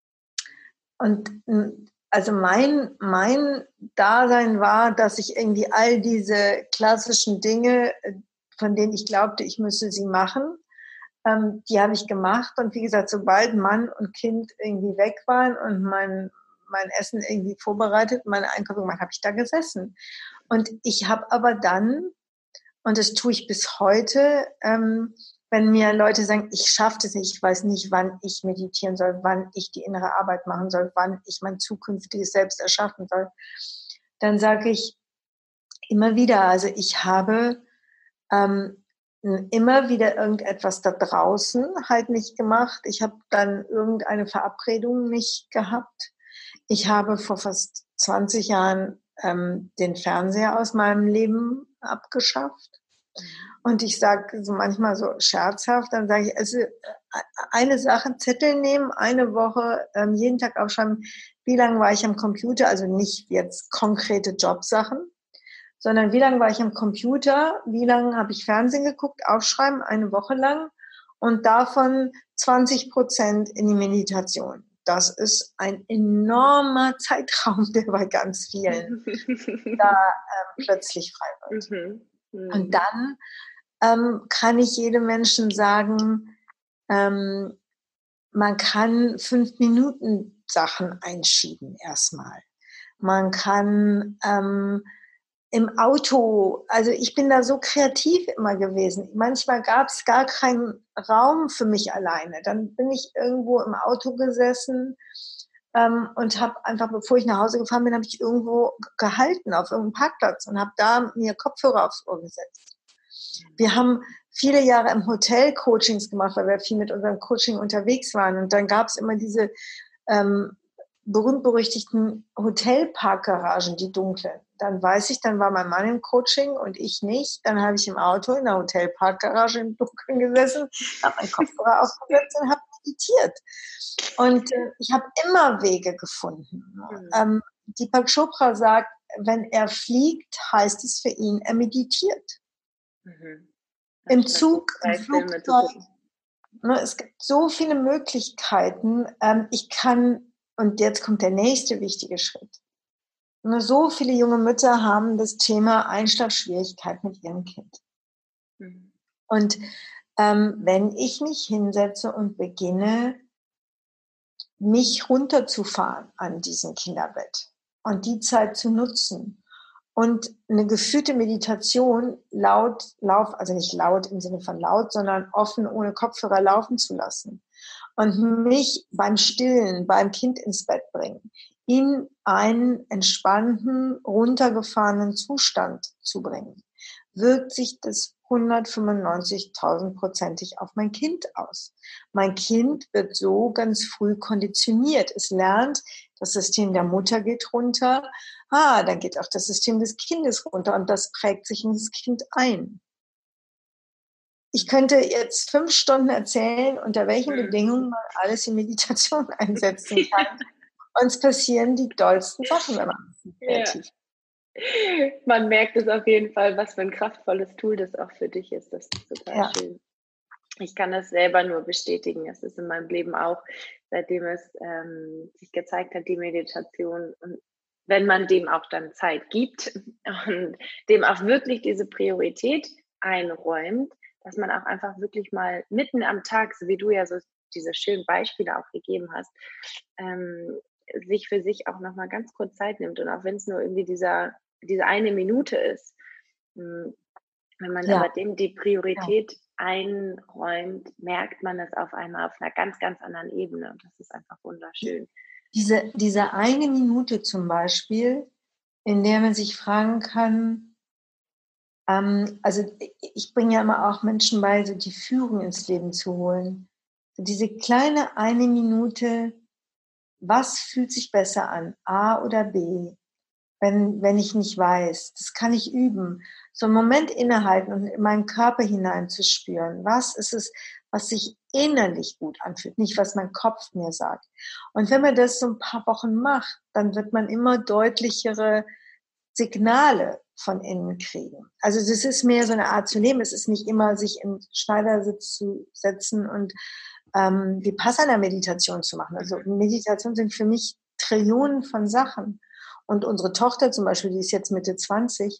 und also mein, mein Dasein war, dass ich irgendwie all diese klassischen Dinge, von denen ich glaubte, ich müsse sie machen, ähm, die habe ich gemacht. Und wie gesagt, sobald Mann und Kind irgendwie weg waren und mein, mein Essen irgendwie vorbereitet, meine Einkäufe gemacht, habe ich da gesessen. Und ich habe aber dann, und das tue ich bis heute, ähm, wenn mir Leute sagen, ich schaffe das nicht, ich weiß nicht, wann ich meditieren soll, wann ich die innere Arbeit machen soll, wann ich mein zukünftiges Selbst erschaffen soll, dann sage ich immer wieder, also ich habe ähm, immer wieder irgendetwas da draußen halt nicht gemacht. Ich habe dann irgendeine Verabredung nicht gehabt. Ich habe vor fast zwanzig Jahren ähm, den Fernseher aus meinem Leben abgeschafft. Und ich sage so manchmal so scherzhaft, dann sage ich, also eine Sache, Zettel nehmen, eine Woche, ähm, jeden Tag aufschreiben, wie lange war ich am Computer, also nicht jetzt konkrete Jobsachen, sondern wie lange war ich am Computer, wie lange habe ich Fernsehen geguckt, aufschreiben, eine Woche lang und davon zwanzig Prozent in die Meditation. Das ist ein enormer Zeitraum, der bei ganz vielen da ähm, plötzlich frei wird. Mhm. Mhm. Und dann ähm, kann ich jedem Menschen sagen, ähm, man kann fünf Minuten Sachen einschieben erstmal. Man kann ähm, im Auto, also ich bin da so kreativ immer gewesen. Manchmal gab es gar keinen Raum für mich alleine. Dann bin ich irgendwo im Auto gesessen ähm, und habe einfach, bevor ich nach Hause gefahren bin, habe ich irgendwo gehalten auf irgendeinem Parkplatz und habe da mir Kopfhörer aufs Ohr gesetzt. Wir haben viele Jahre im Hotel Coachings gemacht, weil wir viel mit unserem Coaching unterwegs waren. Und dann gab es immer diese ähm, berühmt-berüchtigten Hotelparkgaragen, die dunklen. Dann weiß ich, dann war mein Mann im Coaching und ich nicht. Dann habe ich im Auto in der Hotelparkgarage im Dunkeln gesessen, habe meinen Kopfhörer aufgesetzt und habe meditiert. Und äh, ich habe immer Wege gefunden. Mhm. Ähm, Deepak Chopra sagt, wenn er fliegt, heißt es für ihn, er meditiert. Mhm. Im Zug, im Flugzeug. Ne, es gibt so viele Möglichkeiten. Ähm, ich kann, und jetzt kommt der nächste wichtige Schritt. Nur so viele junge Mütter haben das Thema Einschlafschwierigkeit mit ihrem Kind. Mhm. Und ähm, wenn ich mich hinsetze und beginne, mich runterzufahren an diesem Kinderbett und die Zeit zu nutzen und eine geführte Meditation laut, lauf, also nicht laut im Sinne von laut, sondern offen ohne Kopfhörer laufen zu lassen und mich beim Stillen, beim Kind ins Bett bringen, in einen entspannten, runtergefahrenen Zustand zu bringen, wirkt sich das hundertfünfundneunzigtausend-prozentig auf mein Kind aus. Mein Kind wird so ganz früh konditioniert. Es lernt, das System der Mutter geht runter, ah, dann geht auch das System des Kindes runter und das prägt sich in das Kind ein. Ich könnte jetzt fünf Stunden erzählen, unter welchen Bedingungen man alles in Meditation einsetzen kann. Uns passieren die dollsten Sachen, wenn man kreativ ist. Man merkt es auf jeden Fall, was für ein kraftvolles Tool das auch für dich ist. Das ist total ja. schön. Ich kann das selber nur bestätigen. Es ist in meinem Leben auch, seitdem es ähm, sich gezeigt hat, die Meditation. Und wenn man dem auch dann Zeit gibt und dem auch wirklich diese Priorität einräumt, dass man auch einfach wirklich mal mitten am Tag, so wie du ja so diese schönen Beispiele auch gegeben hast, ähm, sich für sich auch nochmal ganz kurz Zeit nimmt. Und auch wenn es nur irgendwie dieser, diese eine Minute ist, wenn man ja. aber dem die Priorität ja. einräumt, merkt man es auf einmal auf einer ganz, ganz anderen Ebene. Und das ist einfach wunderschön. Diese, diese eine Minute zum Beispiel, in der man sich fragen kann, ähm, also ich bringe ja immer auch Menschen bei, so die Führung ins Leben zu holen. So diese kleine eine Minute, was fühlt sich besser an, A oder B, wenn, wenn ich nicht weiß. Das kann ich üben. So einen Moment innehalten und in meinen Körper hineinzuspüren. Was ist es, was sich innerlich gut anfühlt, nicht was mein Kopf mir sagt. Und wenn man das so ein paar Wochen macht, dann wird man immer deutlichere Signale von innen kriegen. Also das ist mehr so eine Art zu leben. Es ist nicht immer, sich in den Schneidersitz zu setzen und ähm, Vipassana-Meditation zu machen. Also Meditation sind für mich Trillionen von Sachen. Und unsere Tochter zum Beispiel, die ist jetzt Mitte zwanzig,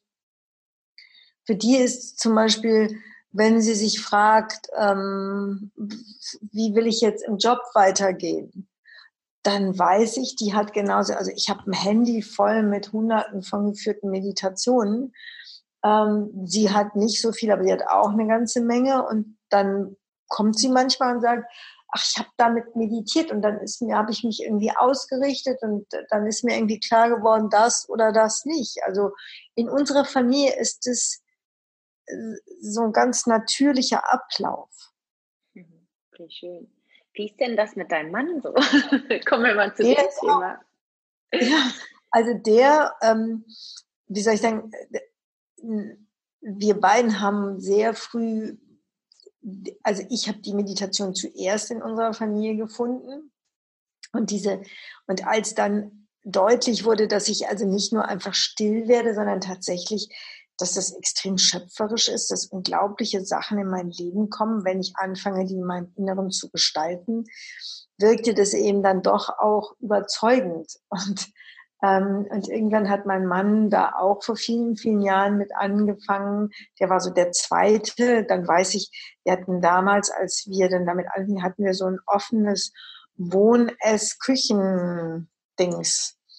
für die ist zum Beispiel, wenn sie sich fragt, ähm, wie will ich jetzt im Job weitergehen, dann weiß ich, die hat genauso, also ich habe ein Handy voll mit hunderten von geführten Meditationen. Ähm, sie hat nicht so viel, aber sie hat auch eine ganze Menge. Und dann kommt sie manchmal und sagt, ach, ich habe damit meditiert und dann ist mir, habe ich mich irgendwie ausgerichtet und dann ist mir irgendwie klar geworden, das oder das nicht. Also in unserer Familie ist es so ein ganz natürlicher Ablauf. Okay, schön. Wie ist denn das mit deinem Mann so? Kommen wir mal zu dem Thema. Ja, also der, ähm, wie soll ich sagen, wir beiden haben sehr früh, also ich habe die Meditation zuerst in unserer Familie gefunden und diese, und als dann deutlich wurde, dass ich also nicht nur einfach still werde, sondern tatsächlich, dass das extrem schöpferisch ist, dass unglaubliche Sachen in mein Leben kommen, wenn ich anfange, die in meinem Inneren zu gestalten, wirkte das eben dann doch auch überzeugend. Und, ähm, und irgendwann hat mein Mann da auch vor vielen, vielen Jahren mit angefangen. Der war so der Zweite. Dann weiß ich, wir hatten damals, als wir dann damit anfingen, hatten wir so ein offenes Wohn-Ess-Küchen-Dings.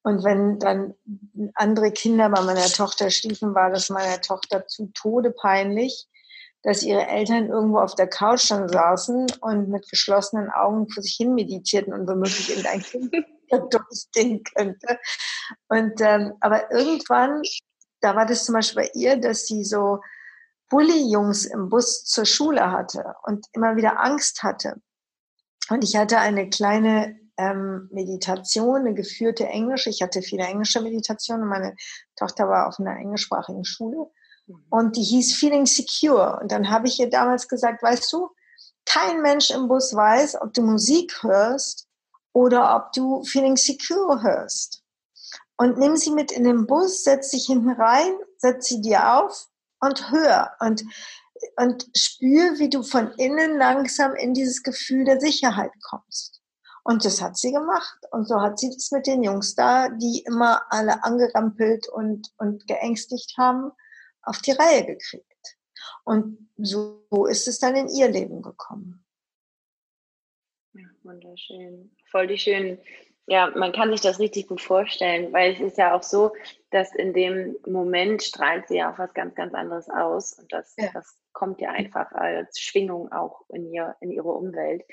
Und wenn dann andere Kinder bei meiner Tochter schliefen, war das meiner Tochter zu Tode peinlich, dass ihre Eltern irgendwo auf der Couch dann saßen und mit geschlossenen Augen vor sich hin meditierten und womöglich irgendein Kind durchgehen könnte. Und ähm, aber irgendwann, da war das zum Beispiel bei ihr, dass sie so Bulli-Jungs im Bus zur Schule hatte und immer wieder Angst hatte. Und ich hatte eine kleine ähm, Meditation, eine geführte Englische. Ich hatte viele englische Meditationen. Meine Tochter war auf einer englischsprachigen Schule. Und die hieß Feeling Secure. Und dann habe ich ihr damals gesagt, weißt du, kein Mensch im Bus weiß, ob du Musik hörst oder ob du Feeling Secure hörst. Und nimm sie mit in den Bus, setz dich hinten rein, setz sie dir auf und hör. Und, und spür, wie du von innen langsam in dieses Gefühl der Sicherheit kommst. Und das hat sie gemacht. Und so hat sie das mit den Jungs da, die immer alle angerampelt und, und geängstigt haben, auf die Reihe gekriegt. Und so ist es dann in ihr Leben gekommen. Ja, wunderschön. Voll die schönen, ja, man kann sich das richtig gut vorstellen, weil es ist ja auch so, dass in dem Moment strahlt sie ja auch was ganz, ganz anderes aus. Und das, ja. das kommt ja einfach als Schwingung auch in, ihr, in ihre Umwelt.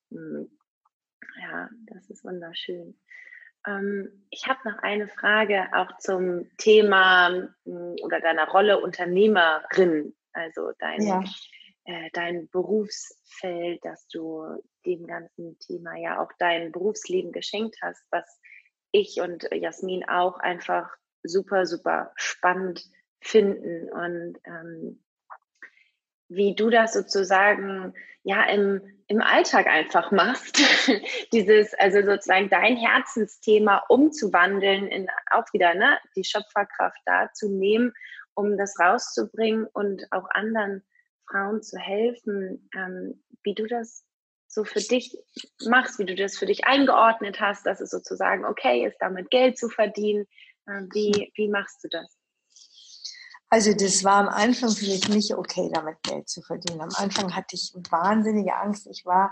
Ja, das ist wunderschön. Ich habe noch eine Frage auch zum Thema oder deiner Rolle Unternehmerin, also dein, ja. äh, dein Berufsfeld, dass du dem ganzen Thema ja auch dein Berufsleben geschenkt hast, was ich und Jasmin auch einfach super, super spannend finden und ähm, wie du das sozusagen ja im, im Alltag einfach machst, dieses, also sozusagen dein Herzensthema umzuwandeln in auch wieder, ne, die Schöpferkraft da zu nehmen, um das rauszubringen und auch anderen Frauen zu helfen, ähm, wie du das so für dich machst, wie du das für dich eingeordnet hast, dass es sozusagen okay ist, damit Geld zu verdienen. Äh, wie, wie machst du das? Also das war am Anfang für mich nicht okay, damit Geld zu verdienen. Am Anfang hatte ich wahnsinnige Angst. Ich war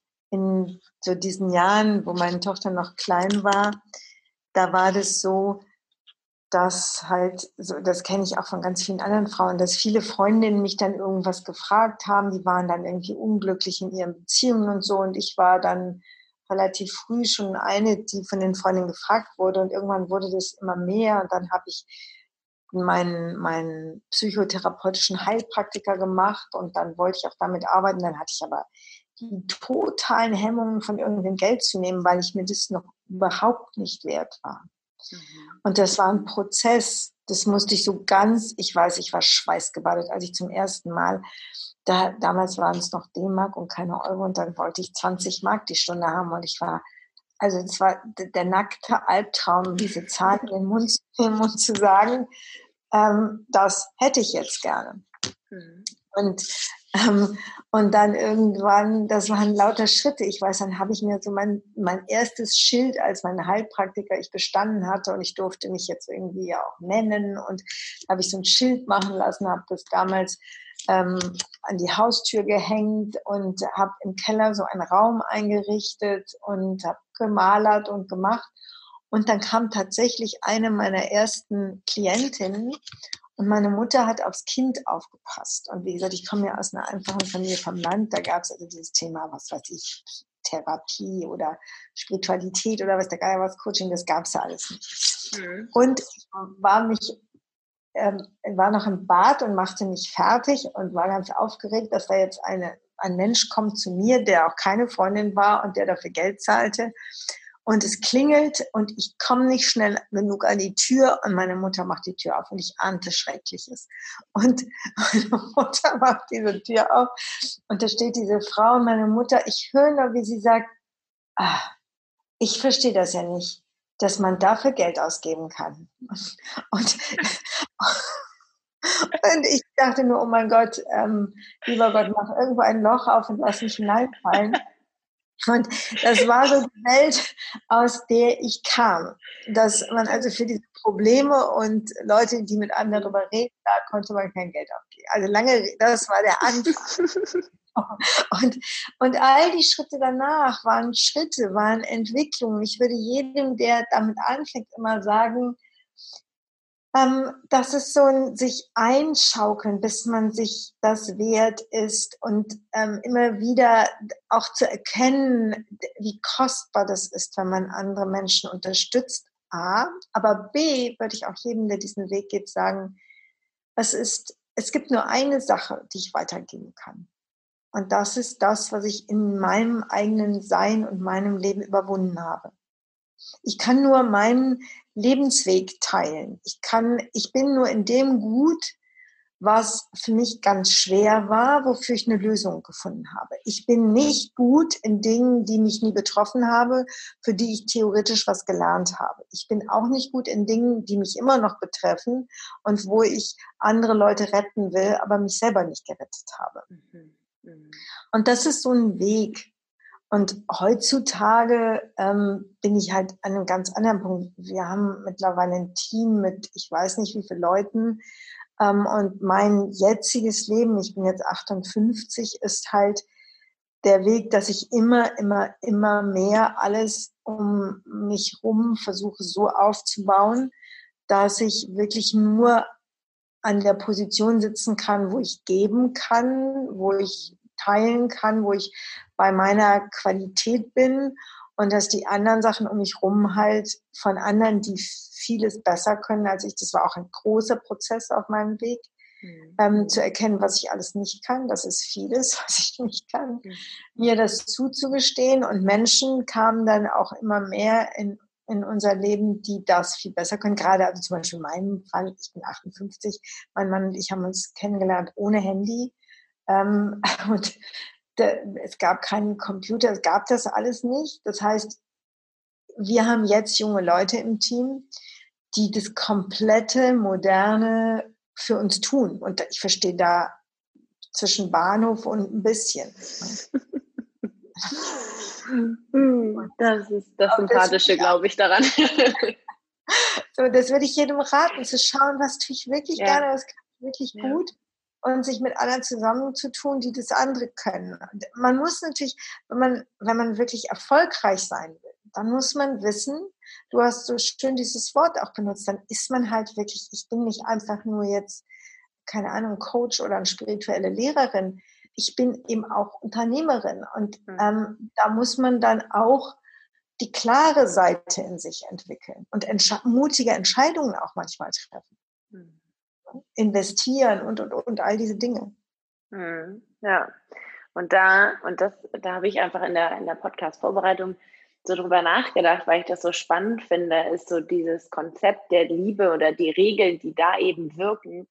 in so diesen Jahren, wo meine Tochter noch klein war, da war das so, dass halt, so, das kenne ich auch von ganz vielen anderen Frauen, dass viele Freundinnen mich dann irgendwas gefragt haben, die waren dann irgendwie unglücklich in ihren Beziehungen und so und ich war dann relativ früh schon eine, die von den Freundinnen gefragt wurde und irgendwann wurde das immer mehr und dann habe ich meinen, meinen psychotherapeutischen Heilpraktiker gemacht und dann wollte ich auch damit arbeiten, dann hatte ich aber die totalen Hemmungen von irgendeinem Geld zu nehmen, weil ich mir das noch überhaupt nicht wert war. Mhm. Und das war ein Prozess, das musste ich so ganz, ich weiß, ich war schweißgebadet, als ich zum ersten Mal, da, damals waren es noch D-Mark und keine Euro und dann wollte ich zwanzig Mark die Stunde haben und ich war, also es war der nackte Albtraum, diese Zahl in den Mund, in den Mund zu sagen, ähm, das hätte ich jetzt gerne. Mhm. Und ähm, und dann irgendwann, das waren lauter Schritte. Ich weiß, dann habe ich mir so mein, mein erstes Schild als mein Heilpraktiker ich bestanden hatte und ich durfte mich jetzt irgendwie auch nennen und habe ich so ein Schild machen lassen, habe das damals ähm, an die Haustür gehängt und habe im Keller so einen Raum eingerichtet und habe gemalert und gemacht. Und dann kam tatsächlich eine meiner ersten Klientinnen und meine Mutter hat aufs Kind aufgepasst. Und wie gesagt, ich komme ja aus einer einfachen Familie vom Land. Da gab es also dieses Thema, was weiß ich, Therapie oder Spiritualität oder was der Geier was, Coaching, das gab es ja alles nicht. Mhm. Und ich war mich, ähm, war noch im Bad und machte mich fertig und war ganz aufgeregt, dass da jetzt eine, ein Mensch kommt zu mir, der auch keine Freundin war und der dafür Geld zahlte. Und es klingelt und ich komme nicht schnell genug an die Tür und meine Mutter macht die Tür auf und ich ahnte Schreckliches. Und meine Mutter macht diese Tür auf und da steht diese Frau und meine Mutter, ich höre nur, wie sie sagt, ah, ich verstehe das ja nicht, dass man dafür Geld ausgeben kann. Und, und ich dachte nur, oh mein Gott, ähm, lieber Gott, mach irgendwo ein Loch auf und lass mich hineinfallen. Und das war so die Welt, aus der ich kam. Dass man also für diese Probleme und Leute, die mit anderen darüber reden, da konnte man kein Geld aufgeben. Also lange, das war der Anfang. Und, und all die Schritte danach waren Schritte, waren Entwicklungen. Ich würde jedem, der damit anfängt, immer sagen, ähm, das ist so ein sich einschaukeln, bis man sich das wert ist und ähm, immer wieder auch zu erkennen, wie kostbar das ist, wenn man andere Menschen unterstützt. A, aber B, würde ich auch jedem, der diesen Weg geht, sagen, es ist, es gibt nur eine Sache, die ich weitergeben kann. Und das ist das, was ich in meinem eigenen Sein und meinem Leben überwunden habe. Ich kann nur meinen Lebensweg teilen. Ich kann, ich bin nur in dem gut, was für mich ganz schwer war, wofür ich eine Lösung gefunden habe. Ich bin nicht gut in Dingen, die mich nie betroffen habe, für die ich theoretisch was gelernt habe. Ich bin auch nicht gut in Dingen, die mich immer noch betreffen und wo ich andere Leute retten will, aber mich selber nicht gerettet habe. Mhm. Mhm. Und das ist so ein Weg. Und heutzutage ähm, bin ich halt an einem ganz anderen Punkt. Wir haben mittlerweile ein Team mit, ich weiß nicht wie viele Leuten. Ähm, und mein jetziges Leben, ich bin jetzt achtundfünfzig, ist halt der Weg, dass ich immer, immer, immer mehr alles um mich rum versuche so aufzubauen, dass ich wirklich nur an der Position sitzen kann, wo ich geben kann, wo ich teilen kann, wo ich bei meiner Qualität bin und dass die anderen Sachen um mich rum halt von anderen, die vieles besser können als ich, das war auch ein großer Prozess auf meinem Weg, mhm. ähm, zu erkennen, was ich alles nicht kann. Das ist vieles, was ich nicht kann. Mhm. Mir das zuzugestehen und Menschen kamen dann auch immer mehr in in unser Leben, die das viel besser können. Gerade, also zum Beispiel in meinem Fall, ich bin achtundfünfzig, mein Mann und ich haben uns kennengelernt ohne Handy. Ähm, und de, es gab keinen Computer, es gab das alles nicht. Das heißt, wir haben jetzt junge Leute im Team, die das komplette Moderne für uns tun. Und ich verstehe da zwischen Bahnhof und ein bisschen. Das ist das Sympathische, glaube ich, daran. So, das würde ich jedem raten, zu schauen, was tue ich wirklich ja. gerne, was kann ich wirklich ja. gut und sich mit anderen zusammenzutun, die das andere können. Und man muss natürlich, wenn man, wenn man wirklich erfolgreich sein will, dann muss man wissen, du hast so schön dieses Wort auch benutzt, dann ist man halt wirklich, ich bin nicht einfach nur jetzt, keine Ahnung, Coach oder eine spirituelle Lehrerin, ich bin eben auch Unternehmerin und mhm. ähm, da muss man dann auch die klare Seite in sich entwickeln und entsche- mutige Entscheidungen auch manchmal treffen. Mhm. Investieren und, und, und all diese Dinge. Mhm. Ja, und da, und das, da habe ich einfach in der, in der Podcast-Vorbereitung so drüber nachgedacht, weil ich das so spannend finde, ist so dieses Konzept der Liebe oder die Regeln, die da eben wirken,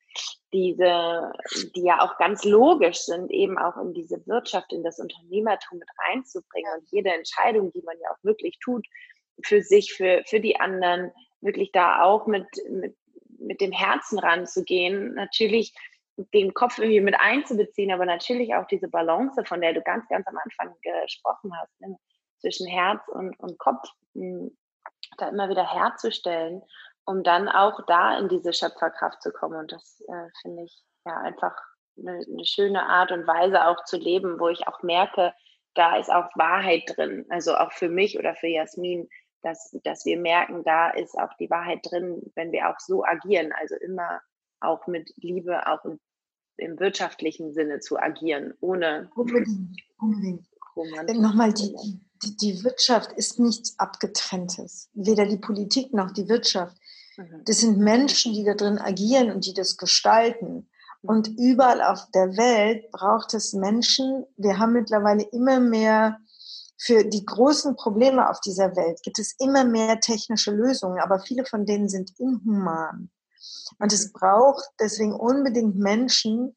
diese, die ja auch ganz logisch sind, eben auch in diese Wirtschaft, in das Unternehmertum mit reinzubringen und jede Entscheidung, die man ja auch wirklich tut, für sich, für, für die anderen, wirklich da auch mit, mit, mit dem Herzen ranzugehen, natürlich den Kopf irgendwie mit einzubeziehen, aber natürlich auch diese Balance, von der du ganz, ganz am Anfang gesprochen hast, ne? Zwischen Herz und, und Kopf, mh, da immer wieder herzustellen, um dann auch da in diese Schöpferkraft zu kommen. Und das äh, finde ich ja einfach eine, eine schöne Art und Weise auch zu leben, wo ich auch merke, da ist auch Wahrheit drin. Also auch für mich oder für Jasmin, dass, dass wir merken, da ist auch die Wahrheit drin, wenn wir auch so agieren. Also immer auch mit Liebe, auch im, im wirtschaftlichen Sinne zu agieren, ohne unbedingt, unbedingt. Nochmal, die, die, die Wirtschaft ist nichts Abgetrenntes. Weder die Politik noch die Wirtschaft. Das sind Menschen, die da drin agieren und die das gestalten. Und überall auf der Welt braucht es Menschen. Wir haben mittlerweile immer mehr, für die großen Probleme auf dieser Welt gibt es immer mehr technische Lösungen, aber viele von denen sind inhuman. Und es braucht deswegen unbedingt Menschen,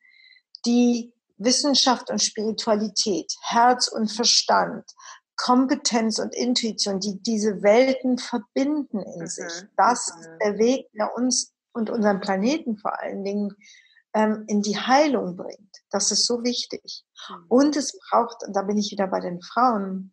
die Wissenschaft und Spiritualität, Herz und Verstand, Kompetenz und Intuition, die diese Welten verbinden in mhm. sich. Das mhm. ist der Weg, der uns und unseren Planeten vor allen Dingen ähm, in die Heilung bringt. Das ist so wichtig. Mhm. Und es braucht, und da bin ich wieder bei den Frauen,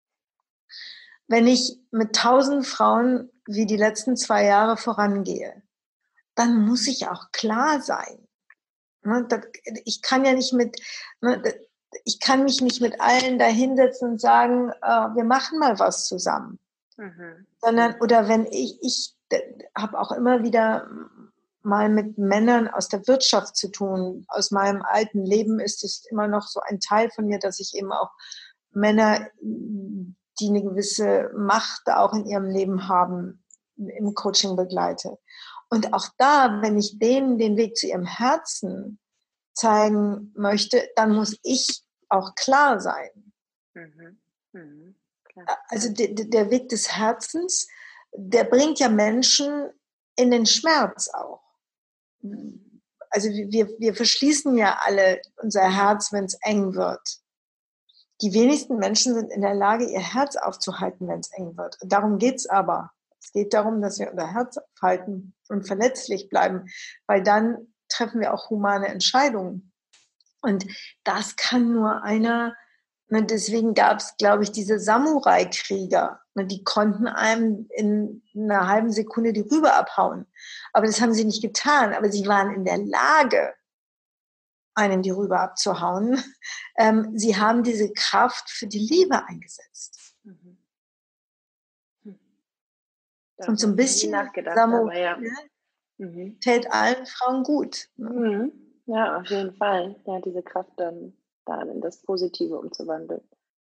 wenn ich mit tausend Frauen wie die letzten zwei Jahre vorangehe, dann muss ich auch klar sein. Ich kann ja nicht mit, ich kann mich nicht mit allen da hinsetzen und sagen, äh, wir machen mal was zusammen. Mhm. Sondern, oder wenn ich, ich habe auch immer wieder mal mit Männern aus der Wirtschaft zu tun. Aus meinem alten Leben ist es immer noch so ein Teil von mir, dass ich eben auch Männer, die eine gewisse Macht auch in ihrem Leben haben, im Coaching begleite. Und auch da, wenn ich denen den Weg zu ihrem Herzen zeigen möchte, dann muss ich auch klar sein. Mhm. Mhm. Klar. Also der, der Weg des Herzens, der bringt ja Menschen in den Schmerz auch. Also wir, wir verschließen ja alle unser Herz, wenn es eng wird. Die wenigsten Menschen sind in der Lage, ihr Herz aufzuhalten, wenn es eng wird. Und darum geht's aber. Es geht darum, dass wir unser Herz aufhalten und verletzlich bleiben, weil dann treffen wir auch humane Entscheidungen. Und das kann nur einer, und deswegen gab es, glaube ich, diese Samurai-Krieger. Die konnten einem in einer halben Sekunde die Rübe abhauen. Aber das haben sie nicht getan. Aber sie waren in der Lage, einem die Rübe abzuhauen. Ähm, sie haben diese Kraft für die Liebe eingesetzt. Mhm. Hm. Und so ein bisschen Samurai, ja. Ne, mhm. Tät allen Frauen gut. Ne? Mhm. Ja, auf jeden Fall. Ja, diese Kraft dann da in das Positive umzuwandeln.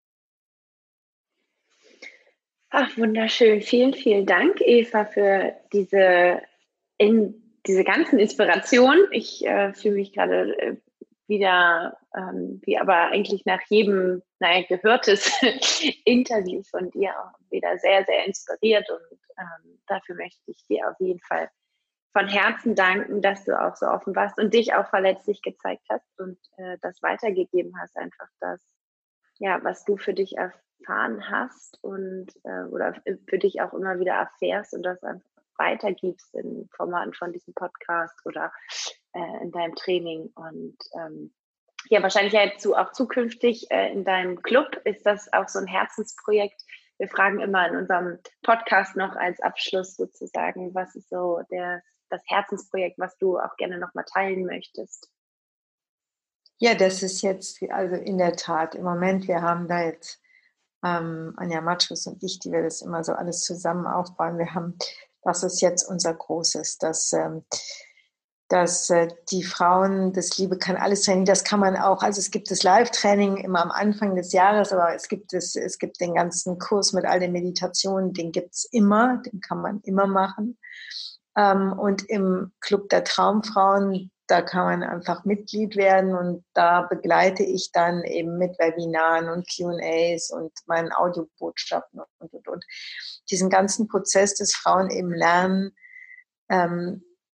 Ach, wunderschön. Vielen, vielen Dank, Eva, für diese, in, diese ganzen Inspirationen. Ich äh, fühle mich gerade äh, wieder, ähm, wie aber eigentlich nach jedem, naja, gehörtes Interview von dir auch wieder sehr, sehr inspiriert. Und ähm, dafür möchte ich dir auf jeden Fall von Herzen danken, dass du auch so offen warst und dich auch verletzlich gezeigt hast und äh, das weitergegeben hast, einfach das, ja, was du für dich erfahren hast und äh, oder für dich auch immer wieder erfährst und das einfach weitergibst in Formaten von diesem Podcast oder äh, in deinem Training. Und ähm, ja, wahrscheinlich ja jetzt auch zukünftig äh, in deinem Club ist das auch so ein Herzensprojekt. Wir fragen immer in unserem Podcast noch als Abschluss sozusagen, was ist so der, das Herzensprojekt, was du auch gerne nochmal teilen möchtest? Ja, das ist jetzt, also in der Tat, im Moment, wir haben da jetzt ähm, Anja Matschus und ich, die wir das immer so alles zusammen aufbauen. Wir haben, das ist jetzt unser Großes, dass, ähm, dass äh, die Frauen, das Liebe kann alles Training, das kann man auch, also es gibt das Live-Training immer am Anfang des Jahres, aber es gibt es, es gibt den ganzen Kurs mit all den Meditationen, den gibt's immer, den kann man immer machen. Ähm, und im Club der Traumfrauen, da kann man einfach Mitglied werden und da begleite ich dann eben mit Webinaren und Q und A's und meinen Audiobotschaften und, und, und. Diesen ganzen Prozess des Frauen eben lernen, ähm,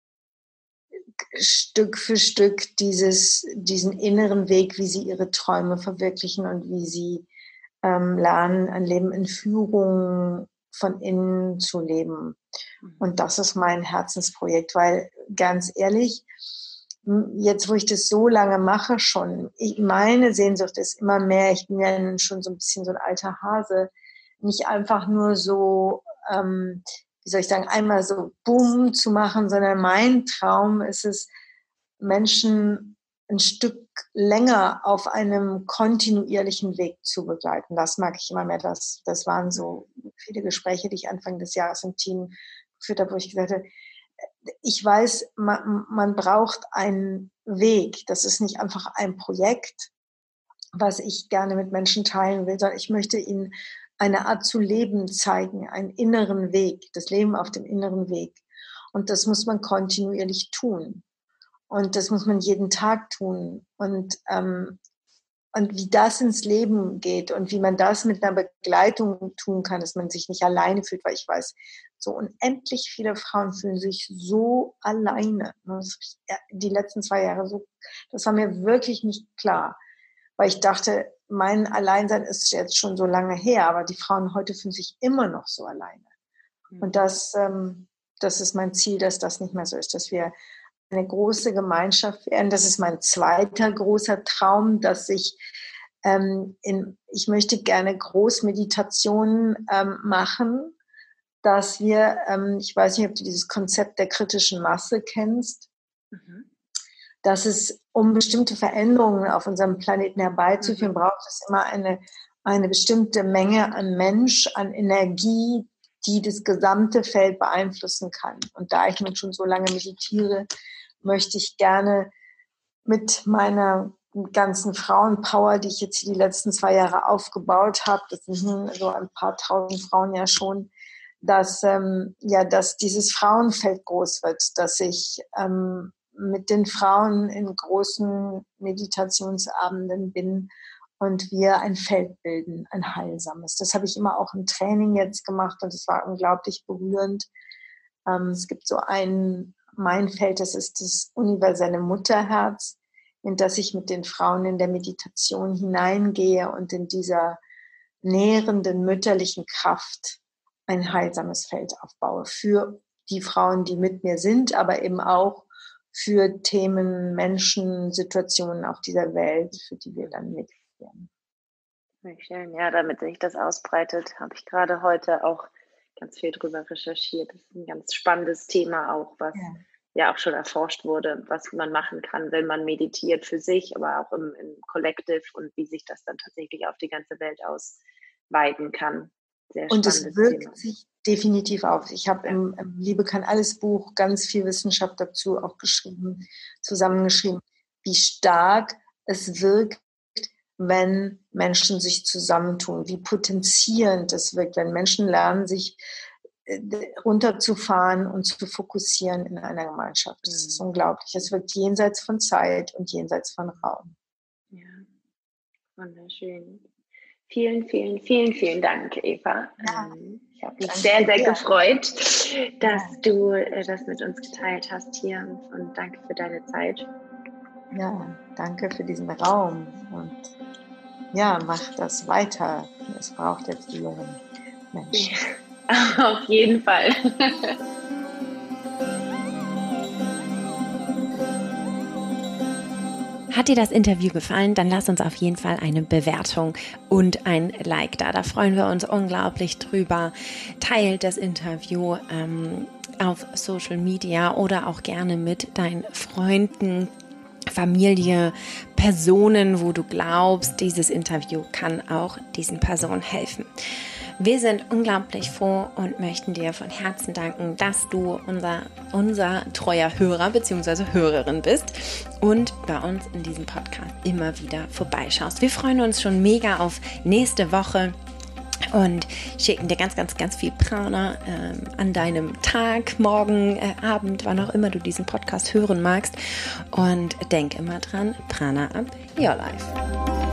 Stück für Stück dieses, diesen inneren Weg, wie sie ihre Träume verwirklichen und wie sie ähm, lernen, ein Leben in Führung von innen zu leben. Und das ist mein Herzensprojekt, weil ganz ehrlich, jetzt wo ich das so lange mache schon, ich, meine Sehnsucht ist immer mehr, ich bin ja schon so ein bisschen so ein alter Hase, nicht einfach nur so, ähm, wie soll ich sagen, einmal so boom zu machen, sondern mein Traum ist es, Menschen ein Stück länger auf einem kontinuierlichen Weg zu begleiten. Das mag ich immer mehr. Das, das waren so viele Gespräche, die ich Anfang des Jahres im Team geführt habe, wo ich gesagt habe, ich weiß, man, man braucht einen Weg. Das ist nicht einfach ein Projekt, was ich gerne mit Menschen teilen will, sondern ich möchte ihnen eine Art zu leben zeigen, einen inneren Weg, das Leben auf dem inneren Weg. Und das muss man kontinuierlich tun. Und das muss man jeden Tag tun. Und, ähm, und wie das ins Leben geht und wie man das mit einer Begleitung tun kann, dass man sich nicht alleine fühlt, weil ich weiß, so unendlich viele Frauen fühlen sich so alleine. Die letzten zwei Jahre so, das war mir wirklich nicht klar, weil ich dachte, mein Alleinsein ist jetzt schon so lange her, aber die Frauen heute fühlen sich immer noch so alleine. Und das, ähm, das ist mein Ziel, dass das nicht mehr so ist, dass wir eine große Gemeinschaft werden. Das ist mein zweiter großer Traum, dass ich ähm, in, ich möchte gerne Großmeditationen ähm, machen, dass wir, ähm, ich weiß nicht, ob du dieses Konzept der kritischen Masse kennst, mhm. dass es, um bestimmte Veränderungen auf unserem Planeten herbeizuführen, braucht es immer eine, eine bestimmte Menge an Mensch, an Energie, die das gesamte Feld beeinflussen kann. Und da ich nun schon so lange meditiere, möchte ich gerne mit meiner ganzen Frauenpower, die ich jetzt hier die letzten zwei Jahre aufgebaut habe, das sind so ein paar tausend Frauen ja schon, dass, ähm, ja, dass dieses Frauenfeld groß wird, dass ich ähm, mit den Frauen in großen Meditationsabenden bin und wir ein Feld bilden, ein heilsames. Das habe ich immer auch im Training jetzt gemacht und es war unglaublich berührend. Ähm, es gibt so ein, mein Feld, das ist das universelle Mutterherz, in das ich mit den Frauen in der Meditation hineingehe und in dieser nährenden mütterlichen Kraft ein heilsames Feld aufbaue für die Frauen, die mit mir sind, aber eben auch für Themen, Menschen, Situationen auf dieser Welt, für die wir dann meditieren. Schön, ja, damit sich das ausbreitet, habe ich gerade heute auch ganz viel drüber recherchiert. Das ist ein ganz spannendes Thema auch, was ja, ja auch schon erforscht wurde, was man machen kann, wenn man meditiert für sich, aber auch im, im Collective und wie sich das dann tatsächlich auf die ganze Welt ausweiten kann. Sehr und es wirkt Thema. sich definitiv auf. Ich habe im, im Liebe kann alles Buch ganz viel Wissenschaft dazu auch geschrieben, zusammengeschrieben, wie stark es wirkt, wenn Menschen sich zusammentun, wie potenzierend es wirkt, wenn Menschen lernen, sich runterzufahren und zu fokussieren in einer Gemeinschaft. Das ist unglaublich. Es wirkt jenseits von Zeit und jenseits von Raum. Ja, wunderschön. Vielen, vielen, vielen, vielen Dank, Eva. Ja. Ich habe mich sehr, sehr gefreut, dass du das mit uns geteilt hast hier und danke für deine Zeit. Ja, danke für diesen Raum und ja, mach das weiter. Es braucht jetzt die jungen Menschen. Auf jeden Fall. Hat dir das Interview gefallen? Dann lass uns auf jeden Fall eine Bewertung und ein Like da. Da freuen wir uns unglaublich drüber. Teilt das Interview ähm, auf Social Media oder auch gerne mit deinen Freunden, Familie, Personen, wo du glaubst, dieses Interview kann auch diesen Personen helfen. Wir sind unglaublich froh und möchten dir von Herzen danken, dass du unser, unser treuer Hörer bzw. Hörerin bist und bei uns in diesem Podcast immer wieder vorbeischaust. Wir freuen uns schon mega auf nächste Woche und schicken dir ganz, ganz, ganz viel Prana ähm, an deinem Tag, Morgen, äh, Abend, wann auch immer du diesen Podcast hören magst. Und denk immer dran, Prana up your life.